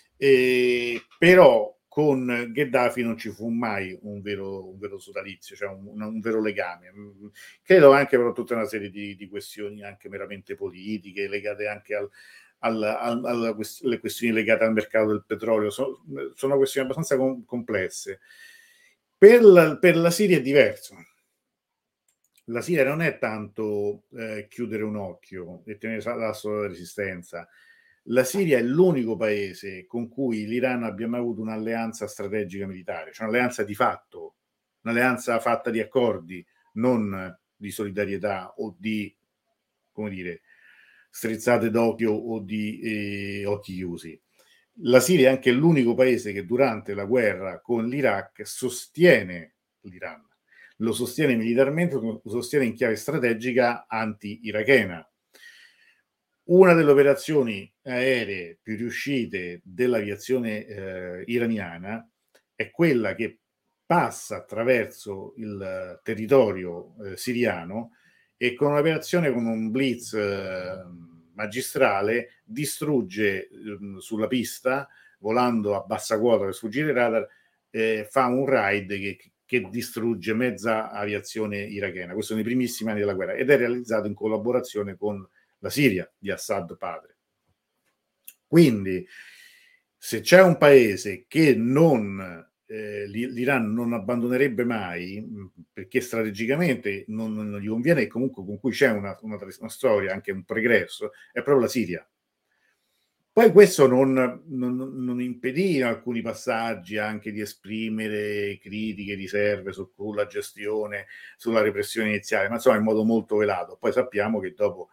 Però con Gheddafi non ci fu mai un vero sodalizio, cioè un vero legame. Credo anche per tutta una serie di questioni anche meramente politiche, legate anche alle questioni legate al mercato del petrolio. Sono questioni abbastanza complesse. Per la Siria è diverso. La Siria non è tanto chiudere un occhio e tenere l'asso della resistenza. La Siria è l'unico paese con cui l'Iran abbia mai avuto un'alleanza strategica militare, cioè un'alleanza di fatto, un'alleanza fatta di accordi, non di solidarietà o di, come dire, strizzate d'occhio o di occhi chiusi. La Siria è anche l'unico paese che durante la guerra con l'Iraq sostiene l'Iran. Lo sostiene militarmente, lo sostiene in chiave strategica anti-irachena. Una delle operazioni aeree più riuscite dell'aviazione iraniana è quella che passa attraverso il territorio siriano e con un'operazione, con un blitz magistrale, distrugge sulla pista, volando a bassa quota per sfuggire il radar, fa un raid che distrugge mezza aviazione irachena. Questo nei primissimi anni della guerra ed è realizzato in collaborazione con la Siria di Assad padre. Quindi se c'è un paese che l'Iran non abbandonerebbe mai, perché strategicamente non gli conviene, e comunque con cui c'è una storia, anche un pregresso, è proprio la Siria. Poi questo non impedì in alcuni passaggi anche di esprimere critiche, riserve sulla gestione, sulla repressione iniziale, ma insomma in modo molto velato. Poi sappiamo che dopo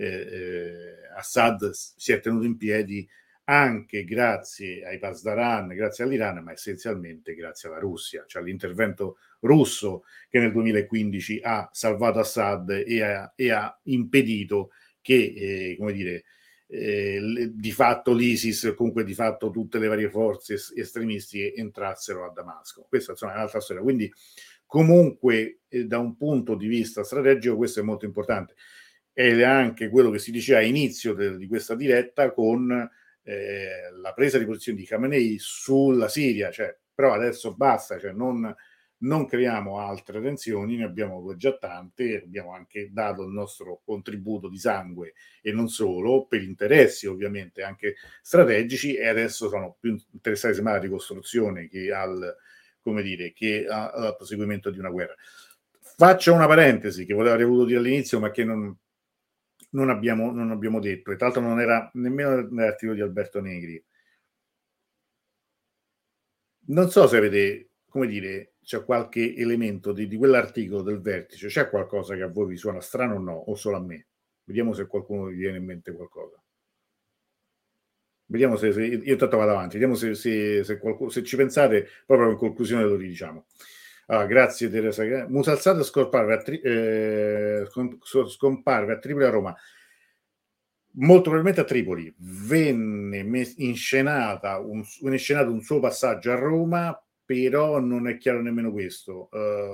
Assad si è tenuto in piedi anche grazie ai Pasdaran, grazie all'Iran, ma essenzialmente grazie alla Russia, cioè l'intervento russo che nel 2015 ha salvato Assad e ha impedito che, come dire, di fatto l'ISIS, comunque di fatto tutte le varie forze estremistiche entrassero a Damasco. Questa insomma è un'altra storia. Quindi comunque da un punto di vista strategico questo è molto importante. Ed è anche quello che si diceva a inizio di questa diretta con la presa di posizione di Khamenei sulla Siria, cioè, però adesso basta, cioè non creiamo altre tensioni, ne abbiamo già tante, abbiamo anche dato il nostro contributo di sangue e non solo, per interessi ovviamente anche strategici, e adesso sono più interessati semmai alla ricostruzione che come dire, che al proseguimento di una guerra. Faccio una parentesi che avrei voluto dire all'inizio, ma che non abbiamo detto, e tra l'altro non era nemmeno nell'articolo di Alberto Negri. Non so se avete, come dire, c'è qualche elemento di quell'articolo del Vertice, c'è qualcosa che a voi vi suona strano o no, o solo a me? Vediamo se qualcuno vi viene in mente qualcosa. Vediamo se io intanto vado avanti, vediamo se ci pensate, proprio in conclusione lo ridiciamo. Allora, grazie Teresa. Musalsada scomparve a Tripoli a Roma. Molto probabilmente a Tripoli. Venne inscenato un suo passaggio a Roma, però non è chiaro nemmeno questo.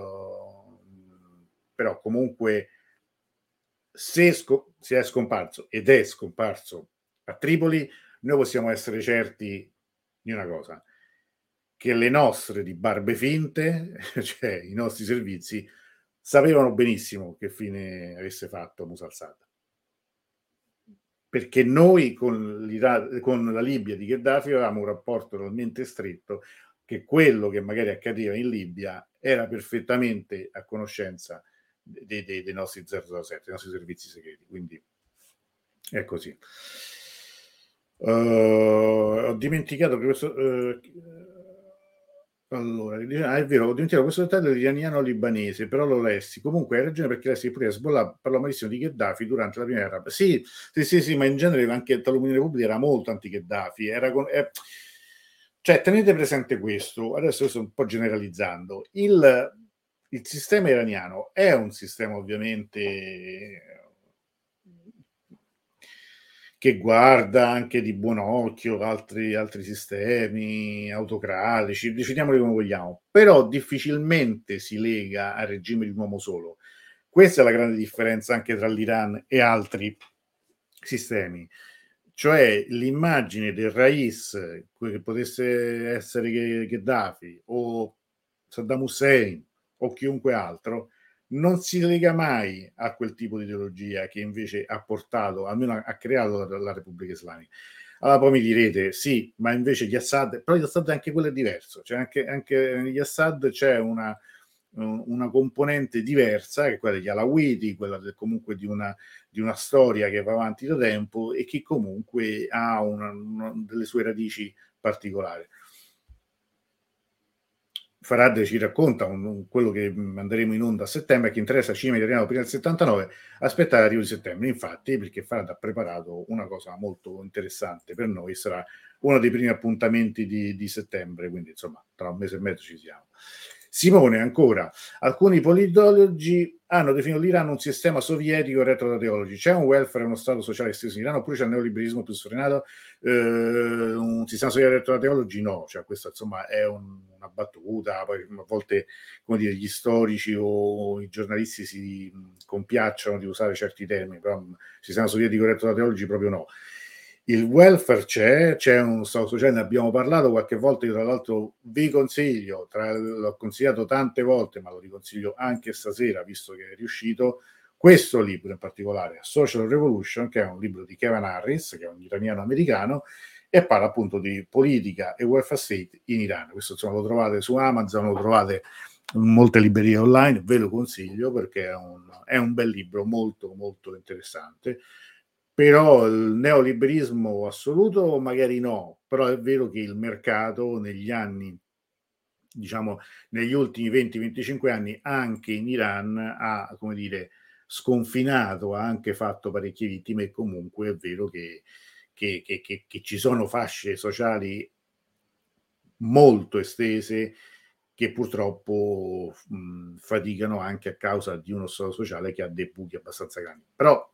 Però comunque se è scomparso ed è scomparso a Tripoli, noi possiamo essere certi di una cosa, che le nostre di barbe finte, cioè i nostri servizi, sapevano benissimo che fine avesse fatto Musa al-Sad. Perché noi con la Libia di Gheddafi avevamo un rapporto talmente stretto che quello che magari accadeva in Libia era perfettamente a conoscenza dei nostri 007, dei nostri servizi segreti. Quindi è così. Ho dimenticato che questo. Allora, è vero, ho dimenticato questo dettaglio iraniano-libanese, però lo lessi. Comunque hai ragione perché lessi pure Hezbollah parlò malissimo di Gheddafi durante la prima guerra. Sì, ma in genere anche l'Unione Repubblica era molto anti-Gheddafi. Cioè, tenete presente questo, adesso sto un po' generalizzando. Il sistema iraniano è un sistema ovviamente che guarda anche di buon occhio altri sistemi autocratici, definiamoli come vogliamo, però difficilmente si lega al regime di un uomo solo. Questa è la grande differenza anche tra l'Iran e altri sistemi. Cioè l'immagine del Rais, che potesse essere Gheddafi o Saddam Hussein o chiunque altro, non si lega mai a quel tipo di ideologia che invece ha portato, almeno ha creato la Repubblica Islamica. Allora poi mi direte, sì, ma invece gli Assad, però gli Assad anche quello è diverso, cioè anche negli Assad c'è una componente diversa, che è quella degli Alawiti, quella comunque di una storia che va avanti da tempo e che comunque ha delle sue radici particolari. Farad ci racconta quello che manderemo in onda a settembre. A chi interessa cinema italiano prima del 79, aspettare l'arrivo di settembre. Infatti, perché Farad ha preparato una cosa molto interessante per noi, sarà uno dei primi appuntamenti di settembre, quindi insomma tra un mese e mezzo ci siamo. Simone, ancora, alcuni politologi hanno definito l'Iran un sistema sovietico retro da teologi. C'è un welfare e uno stato sociale esteso in Iran, oppure c'è il neoliberismo più sfrenato? Un sistema sovietico retro da teologi? No, cioè questa insomma è una battuta, poi a volte, come dire, gli storici o i giornalisti si compiacciono di usare certi termini, però il sistema sovietico retro da teologi proprio no. Il welfare c'è uno stato sociale, ne abbiamo parlato qualche volta, io tra l'altro vi consiglio, l'ho consigliato tante volte, ma lo riconsiglio anche stasera, visto che è riuscito, questo libro in particolare, Social Revolution, che è un libro di Kevin Harris, che è un iraniano americano, e parla appunto di politica e welfare state in Iran. Questo insomma lo trovate su Amazon, lo trovate in molte librerie online, ve lo consiglio perché è un bel libro molto molto interessante, però il neoliberismo assoluto magari no, però è vero che il mercato negli anni, diciamo negli ultimi 20-25 anni, anche in Iran ha, come dire, sconfinato, ha anche fatto parecchie vittime, e comunque è vero che ci sono fasce sociali molto estese che purtroppo faticano anche a causa di uno stato sociale che ha dei buchi abbastanza grandi. Però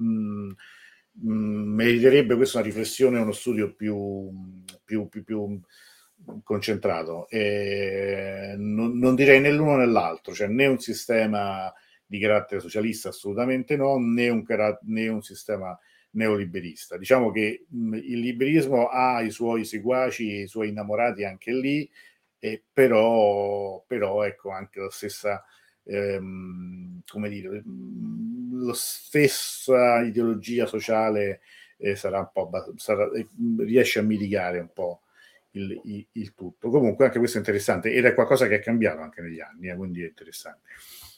meriterebbe questa una riflessione, uno studio più concentrato. Non direi né l'uno né l'altro, cioè né un sistema di carattere socialista, assolutamente no, né un sistema neoliberista. Diciamo che il liberismo ha i suoi seguaci e i suoi innamorati anche lì, però ecco anche la stessa, come dire, la stessa ideologia sociale sarà un po' riesce a mitigare un po' il tutto. Comunque anche questo è interessante ed è qualcosa che è cambiato anche negli anni, quindi è interessante.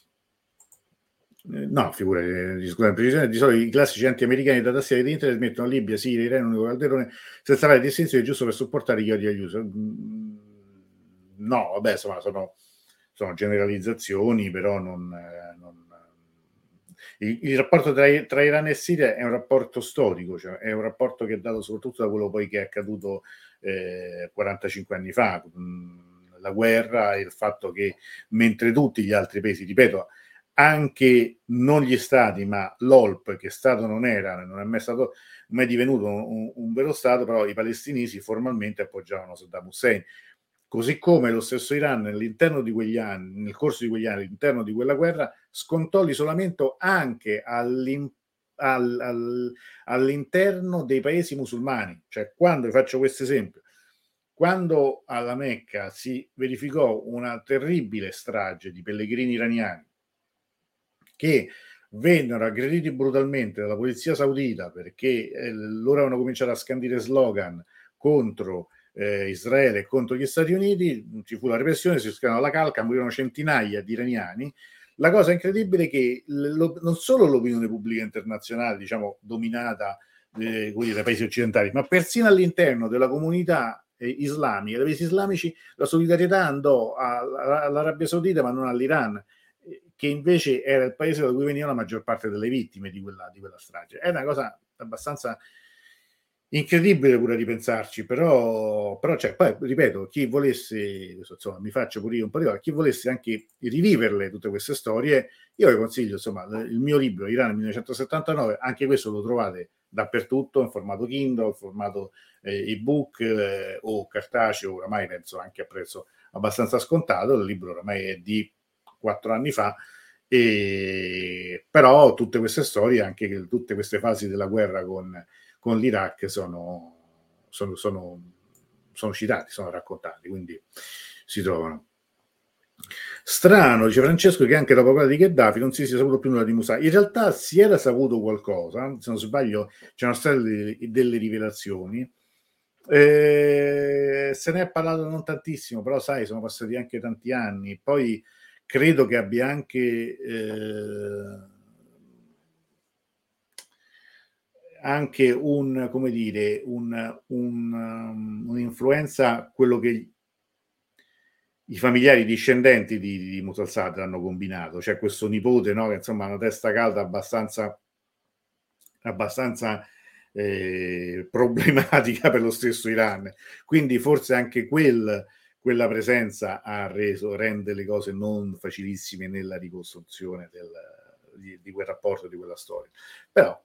No, figurati, scusa, di solito i classici anti-americani da tastiera di internet mettono Libia, Siria, Iran, unico Calderone, senza fare distinzioni, giusto per supportare gli odi agli user. No, vabbè, insomma, sono generalizzazioni, però il rapporto tra Iran e Siria è un rapporto storico, cioè è un rapporto che è dato soprattutto da quello poi che è accaduto 45 anni fa, la guerra e il fatto che mentre tutti gli altri paesi, ripeto, anche non gli stati, ma l'OLP, che Stato non era, non è mai stato mai divenuto un vero Stato, però i palestinesi formalmente appoggiavano Saddam Hussein. Così come lo stesso Iran all'interno di quegli anni, nel corso di quegli anni, all'interno di quella guerra, scontò l'isolamento anche all'interno dei paesi musulmani. Cioè, quando, vi faccio questo esempio, quando alla Mecca si verificò una terribile strage di pellegrini iraniani che vennero aggrediti brutalmente dalla polizia saudita perché loro avevano cominciato a scandire slogan contro Israele e contro gli Stati Uniti, ci fu la repressione, si scatenò la calca, morirono centinaia di iraniani. La cosa incredibile è che non solo l'opinione pubblica internazionale, diciamo, dominata dai paesi occidentali, ma persino all'interno della comunità islamica, dei paesi islamici, la solidarietà andò all'Arabia Saudita ma non all'Iran, che invece era il paese da cui veniva la maggior parte delle vittime di quella strage. È una cosa abbastanza incredibile pure a ripensarci, però cioè, poi ripeto, chi volesse, insomma, mi faccio pure io un po' di cose, chi volesse anche riviverle tutte queste storie, io vi consiglio, insomma, il mio libro Iran 1979, anche questo lo trovate dappertutto in formato Kindle, in formato ebook o cartaceo, oramai penso anche a prezzo abbastanza scontato. Il libro oramai è di 4 anni fa, però tutte queste storie, anche tutte queste fasi della guerra con l'Iraq sono citati, sono raccontati, quindi si trovano. Strano, dice Francesco, che anche dopo quella di Gheddafi non si sia saputo più nulla di Musa. In realtà si era saputo qualcosa, se non sbaglio c'erano state delle rivelazioni. Se ne è parlato non tantissimo, però sai, sono passati anche tanti anni. Poi credo che abbia anche come dire, un'influenza quello che i familiari discendenti di Mutal Sadr hanno combinato, cioè questo nipote, no, che insomma ha una testa calda abbastanza problematica per lo stesso Iran. Quindi forse anche quella presenza rende le cose non facilissime nella ricostruzione di quel rapporto, di quella storia. Però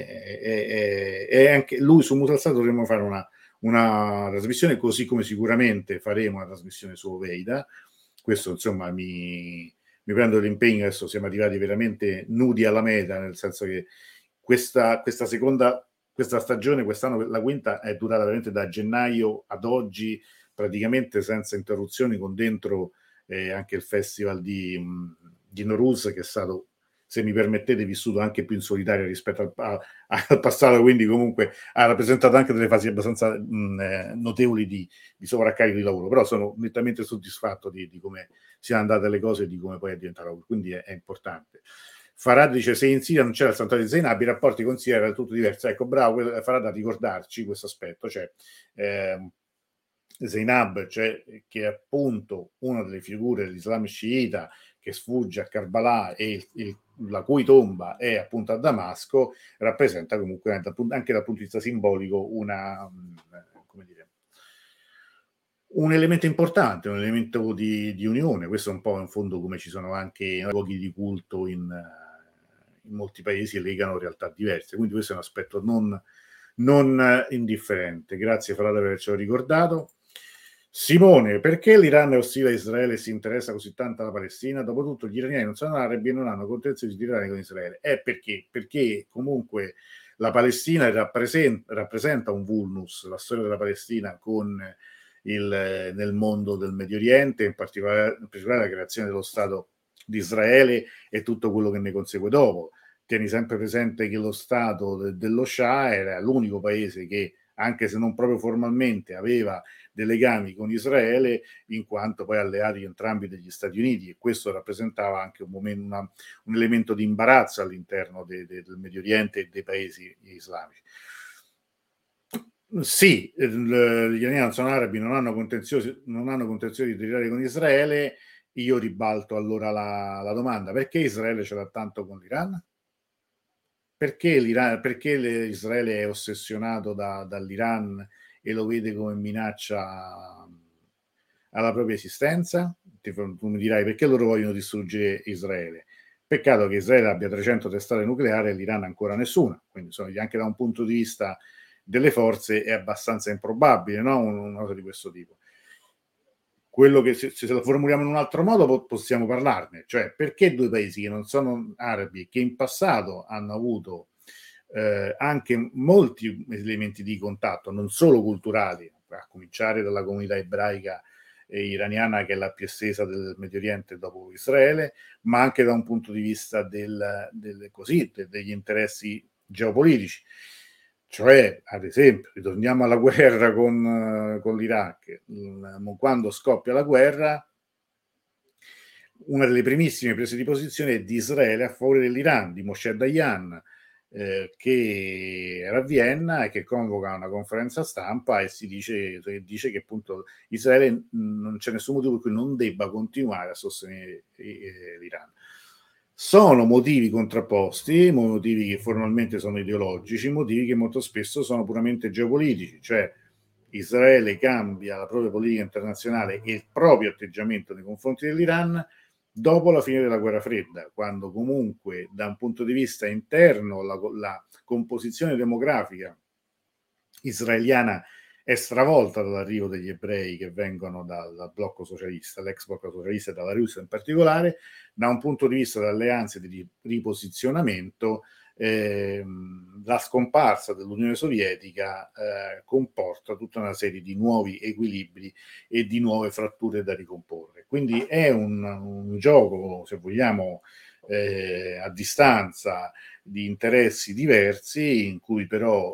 è anche lui su Mutal Sadr dovremmo fare una trasmissione, così come sicuramente faremo una trasmissione su Oveida. Questo insomma mi prendo l'impegno, adesso siamo arrivati veramente nudi alla meta, nel senso che questa stagione, quest'anno la quinta, è durata veramente da gennaio ad oggi praticamente senza interruzioni, con dentro anche il festival di Nowruz, che è stato, se mi permettete, vissuto anche più in solitaria rispetto al passato, quindi comunque ha rappresentato anche delle fasi abbastanza notevoli di sovraccarico di lavoro, però sono nettamente soddisfatto di come siano andate le cose e di come poi è diventato, quindi è importante. Farad dice: se in Siria non c'era il santuario di Zainab, i rapporti con Siria erano tutto diversi. Ecco, bravo Farad a ricordarci questo aspetto, cioè Zainab, cioè, che è appunto una delle figure dell'Islam sciita che sfugge a Karbala e la cui tomba è appunto a Damasco, rappresenta comunque anche dal punto di vista simbolico come dire, un elemento importante, un elemento di unione. Questo è un po' in fondo come ci sono anche luoghi di culto in molti paesi e legano realtà diverse. Quindi questo è un aspetto non indifferente. Grazie Farad per avercelo ricordato. Simone, perché l'Iran è ostile a Israele e si interessa così tanto alla Palestina? Dopotutto gli iraniani non sono arabi e non hanno contenziosi di tirare con Israele. Perché comunque la Palestina rappresenta un vulnus, la storia della Palestina nel mondo del Medio Oriente, in particolare la creazione dello Stato di Israele e tutto quello che ne consegue dopo. Tieni sempre presente che lo Stato dello Shah era l'unico paese che, anche se non proprio formalmente, aveva dei legami con Israele, in quanto poi alleati entrambi degli Stati Uniti, e questo rappresentava anche un elemento di imbarazzo all'interno del Medio Oriente e dei paesi islamici. Sì, gli iraniani non sono arabi, non hanno contenziosi di tirare con Israele. Io ribalto allora la domanda: perché Israele ce l'ha tanto con l'Iran? Perché Israele è ossessionato dall'Iran e lo vede come minaccia alla propria esistenza? Tu mi dirai: perché loro vogliono distruggere Israele? Peccato che Israele abbia 300 testate nucleari e l'Iran ancora nessuna, quindi anche da un punto di vista delle forze è abbastanza improbabile, no? Una cosa di questo tipo. Quello che se lo formuliamo in un altro modo possiamo parlarne, cioè perché due paesi che non sono arabi e che in passato hanno avuto anche molti elementi di contatto, non solo culturali, a cominciare dalla comunità ebraica e iraniana, che è la più estesa del Medio Oriente dopo Israele, ma anche da un punto di vista degli interessi geopolitici. Cioè, ad esempio, ritorniamo alla guerra con l'Iraq. Quando scoppia la guerra, una delle primissime prese di posizione è di Israele a favore dell'Iran, di Moshe Dayan, che era a Vienna e che convoca una conferenza stampa e dice che appunto Israele non c'è nessun motivo per cui non debba continuare a sostenere l'Iran. Sono motivi contrapposti, motivi che formalmente sono ideologici, motivi che molto spesso sono puramente geopolitici, cioè Israele cambia la propria politica internazionale e il proprio atteggiamento nei confronti dell'Iran dopo la fine della guerra fredda, quando comunque da un punto di vista interno la composizione demografica israeliana è stravolta dall'arrivo degli ebrei che vengono dal blocco socialista, l'ex blocco socialista e dalla Russia in particolare, da un punto di vista di alleanze di riposizionamento. La scomparsa dell'Unione Sovietica comporta tutta una serie di nuovi equilibri e di nuove fratture da ricomporre. Quindi è un gioco, se vogliamo, a distanza di interessi diversi, in cui però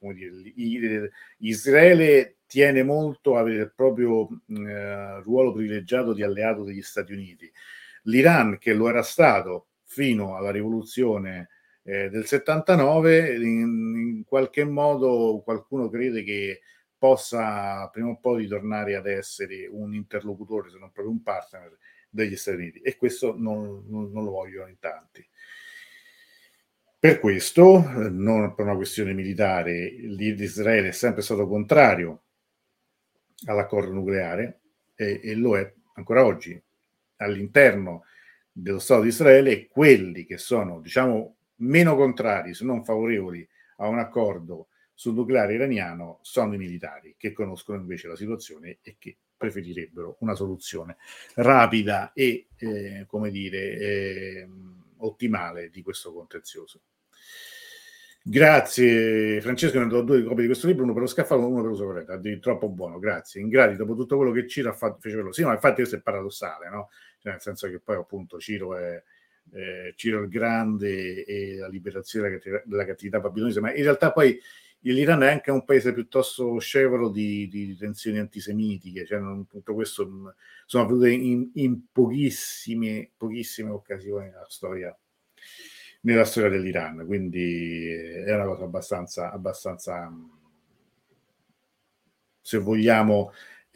Israele tiene molto a avere il proprio ruolo privilegiato di alleato degli Stati Uniti. L'Iran, che lo era stato fino alla rivoluzione del 79, in qualche modo qualcuno crede che possa prima o poi ritornare ad essere un interlocutore, se non proprio un partner degli Stati Uniti, e questo non lo vogliono in tanti. Per questo, non per una questione militare, Israele è sempre stato contrario all'accordo nucleare e lo è ancora oggi. All'interno dello Stato di Israele, e quelli che sono, diciamo, meno contrari, se non favorevoli a un accordo sul nucleare iraniano, sono i militari, che conoscono invece la situazione e che preferirebbero una soluzione rapida e, ottimale di questo contenzioso. Grazie Francesco, ne do 2 copie di questo libro, uno per lo scaffale, uno per l'uso corretto, troppo buono, grazie. Ingrati dopo tutto quello che Ciro fece per lo. Sì, ma infatti questo è paradossale, no? Cioè, nel senso che poi appunto Ciro è Ciro il Grande e la liberazione della cattività babilonese, ma in realtà poi l'Iran è anche un paese piuttosto scevro di tensioni antisemitiche, cioè tutto questo sono avvenute in pochissime occasioni nella storia nella storia dell'Iran, quindi è una cosa abbastanza se vogliamo,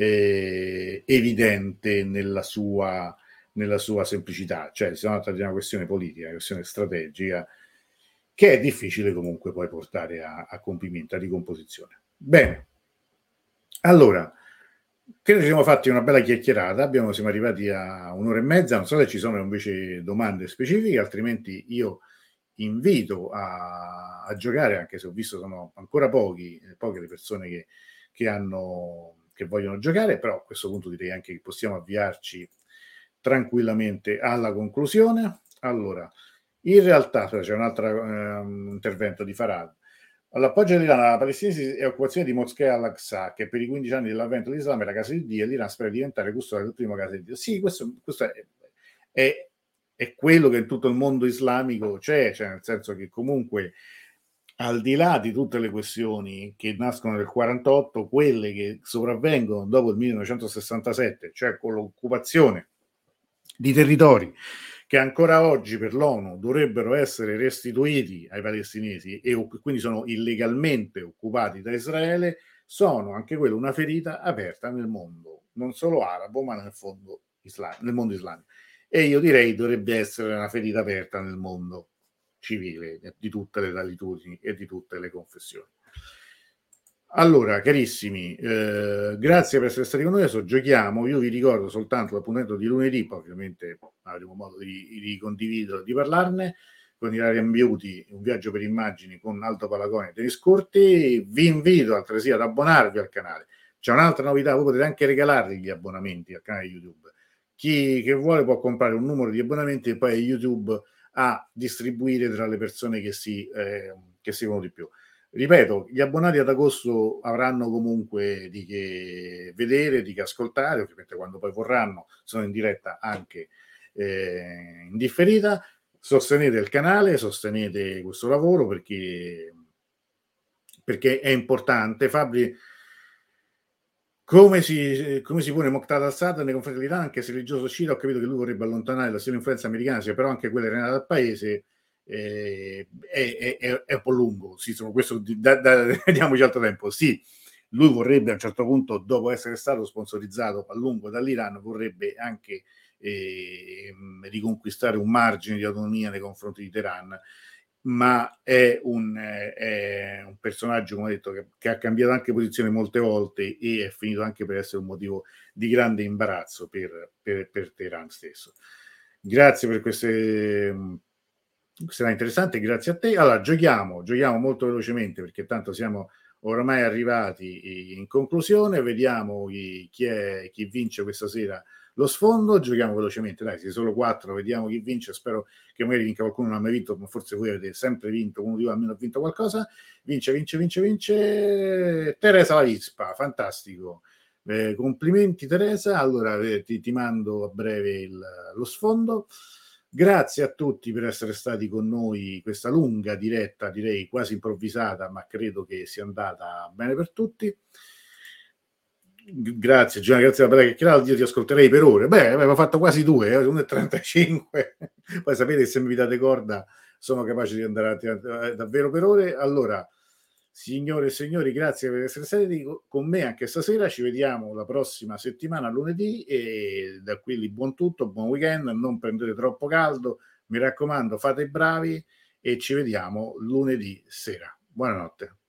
evidente nella sua semplicità. Cioè, si tratta di una questione politica, una questione strategica, che è difficile comunque poi portare a compimento, a ricomposizione. Bene, allora, credo ci siamo fatti una bella chiacchierata, siamo arrivati a un'ora e mezza, non so se ci sono invece domande specifiche, altrimenti io invito a giocare, anche se ho visto sono ancora poche le persone che vogliono giocare, però a questo punto direi anche che possiamo avviarci tranquillamente alla conclusione. Allora, in realtà c'è un altro intervento di Farad. All'appoggio dell'Iran alla palestinesi e occupazione di Moschea al-Aqsa, che per i 15 anni dell'avvento dell'Islam è la casa di Dio, e l'Iran spera diventare custode del primo casa di Dio. Sì, questo è quello che in tutto il mondo islamico c'è, cioè nel senso che comunque al di là di tutte le questioni che nascono nel 48, quelle che sopravvengono dopo il 1967, cioè con l'occupazione di territori che ancora oggi per l'ONU dovrebbero essere restituiti ai palestinesi e quindi sono illegalmente occupati da Israele, sono anche quello una ferita aperta nel mondo, non solo arabo, ma nel mondo islamico. E io direi dovrebbe essere una ferita aperta nel mondo civile di tutte le latitudini e di tutte le confessioni. Allora, carissimi, grazie per essere stati con noi. Adesso giochiamo. Io vi ricordo soltanto l'appuntamento di lunedì, poi ovviamente avremo modo di condividere, di parlarne con Ilarian Beauty, un viaggio per immagini con Alto Palagone e Tenis Corti. Vi invito altresì ad abbonarvi al canale. C'è un'altra novità, voi potete anche regalarvi gli abbonamenti al canale YouTube. Chi che vuole può comprare un numero di abbonamenti e poi YouTube a distribuire tra le persone che seguono di più. Ripeto, gli abbonati ad agosto avranno comunque di che vedere, di che ascoltare, ovviamente quando poi vorranno sono in diretta anche in differita. Sostenete il canale, sostenete questo lavoro perché è importante. Fabri, come si pone Moqtada al-Sadr nei confronti dell'Iran, anche se religioso sciita, ho capito che lui vorrebbe allontanare la sua influenza americana, sia però anche quella renata dal paese. È un po' lungo, sì, questo diamoci altro tempo. Sì, lui vorrebbe a un certo punto, dopo essere stato sponsorizzato a lungo dall'Iran, vorrebbe anche riconquistare un margine di autonomia nei confronti di Teheran, ma è un personaggio, come ho detto, che ha cambiato anche posizione molte volte e è finito anche per essere un motivo di grande imbarazzo per Teheran stesso. Grazie per queste sarà interessante, grazie a te. Allora, giochiamo molto velocemente perché tanto siamo ormai arrivati in conclusione, vediamo chi vince questa sera lo sfondo, giochiamo velocemente, dai, siete solo 4, vediamo chi vince, spero che magari vinca qualcuno, non ha mai vinto, ma forse voi avete sempre vinto, uno di voi almeno ha vinto qualcosa, vince Teresa La Vispa, fantastico. Complimenti Teresa, allora ti mando a breve lo sfondo. Grazie a tutti per essere stati con noi questa lunga diretta, direi quasi improvvisata, ma credo che sia andata bene per tutti. Grazie Giovanni, grazie per la chiacchierata, io ti ascolterei per ore. Beh, avevo fatto quasi 2, 1:35. Poi sapete che se mi date corda sono capace di andare avanti davvero per ore. Allora, signore e signori, grazie per essere stati con me anche stasera. Ci vediamo la prossima settimana, lunedì, e da qui buon tutto, buon weekend, non prendete troppo caldo, mi raccomando, fate i bravi e ci vediamo lunedì sera. Buonanotte.